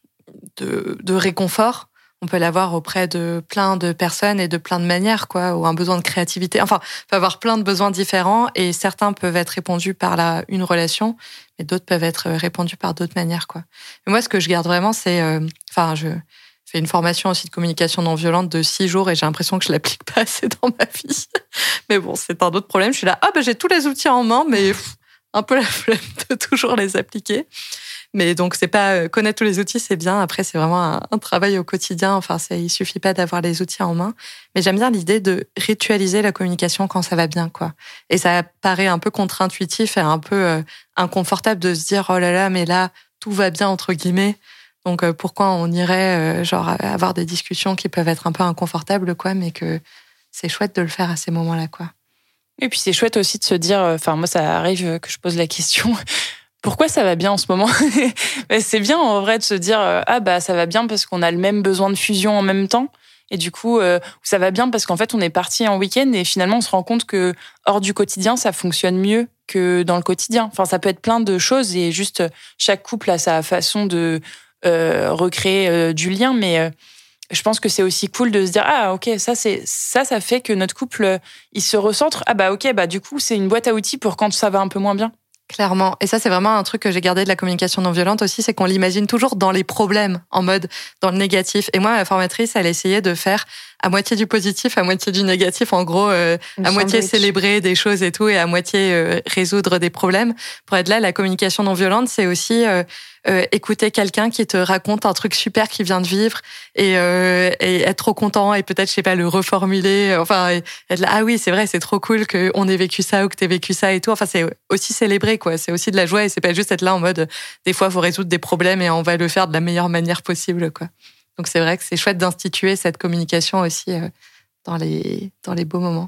de, de réconfort, on peut l'avoir auprès de plein de personnes et de plein de manières, quoi, ou un besoin de créativité. Enfin, on peut avoir plein de besoins différents et certains peuvent être répondus par la, une relation, mais d'autres peuvent être répondus par d'autres manières, quoi. Mais moi, ce que je garde vraiment, c'est, euh, enfin, je fais une formation aussi de communication non violente de six jours et j'ai l'impression que je l'applique pas assez dans ma vie. Mais bon, c'est un autre problème. Je suis là, ah, ben, j'ai tous les outils en main, mais pff, un peu la flemme de toujours les appliquer. Mais donc, c'est pas connaître tous les outils, c'est bien. Après, c'est vraiment un, un travail au quotidien. Enfin, c'est, il suffit pas d'avoir les outils en main. Mais j'aime bien l'idée de ritualiser la communication quand ça va bien, quoi. Et ça paraît un peu contre-intuitif et un peu euh, inconfortable de se dire, oh là là, mais là, tout va bien, entre guillemets. Donc, euh, pourquoi on irait, euh, genre, avoir des discussions qui peuvent être un peu inconfortables, quoi, mais que c'est chouette de le faire à ces moments-là, quoi. Et puis, c'est chouette aussi de se dire, enfin, moi, ça arrive que je pose la question, pourquoi ça va bien en ce moment? C'est bien en vrai de se dire ah bah ça va bien parce qu'on a le même besoin de fusion en même temps et du coup euh, ça va bien parce qu'en fait on est parti en week-end et finalement on se rend compte que hors du quotidien ça fonctionne mieux que dans le quotidien. Enfin ça peut être plein de choses et juste chaque couple a sa façon de euh, recréer euh, du lien, mais euh, je pense que c'est aussi cool de se dire ah ok ça c'est ça ça fait que notre couple il se recentre, ah bah ok bah du coup c'est une boîte à outils pour quand ça va un peu moins bien. Clairement. Et ça, c'est vraiment un truc que j'ai gardé de la communication non violente aussi, c'est qu'on l'imagine toujours dans les problèmes, en mode dans le négatif. Et moi, ma formatrice, elle essayait de faire à moitié du positif, à moitié du négatif. En gros, euh, à moitié célébrer des choses et tout, et à moitié euh, résoudre des problèmes. Pour être là, la communication non violente, c'est aussi euh, euh, écouter quelqu'un qui te raconte un truc super qu'il vient de vivre et, euh, et être trop content et peut-être, je sais pas, le reformuler. Enfin, être là, ah oui, c'est vrai, c'est trop cool qu'on ait vécu ça ou que t'aies vécu ça et tout. Enfin, c'est aussi célébrer, quoi. C'est aussi de la joie et c'est pas juste être là en mode, des fois, faut résoudre des problèmes et on va le faire de la meilleure manière possible, quoi. Donc c'est vrai que c'est chouette d'instituer cette communication aussi euh, dans les dans les beaux moments.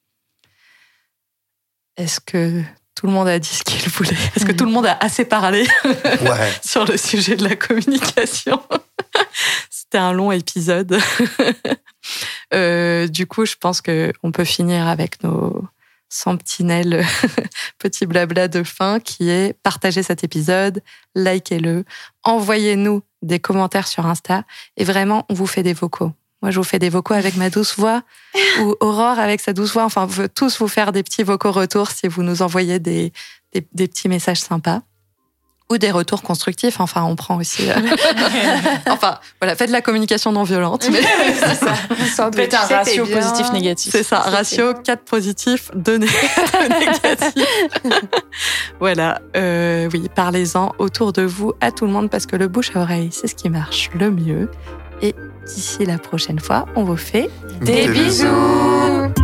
Est-ce que tout le monde a dit ce qu'il voulait? Est-ce que tout le monde a assez parlé ouais. sur le sujet de la communication? C'était un long épisode. euh, du coup, je pense que on peut finir avec nos sentinelles petit blabla de fin qui est partager cet épisode, likez-le, envoyez-nous des commentaires sur Insta et vraiment, on vous fait des vocaux. Moi, je vous fais des vocaux avec ma douce voix ou Aurore avec sa douce voix. Enfin, on veut tous vous faire des petits vocaux retours si vous nous envoyez des, des, des petits messages sympas ou des retours constructifs. Enfin, on prend aussi... Euh... enfin, voilà, faites de la communication non violente. Mais... c'est ça. Faites un ratio positif-négatif. C'est ça, ratio quatre positifs, deux négatifs. Voilà, euh, oui, parlez-en autour de vous, à tout le monde, parce que le bouche à oreille, c'est ce qui marche le mieux. Et d'ici la prochaine fois, on vous fait des, des bisous.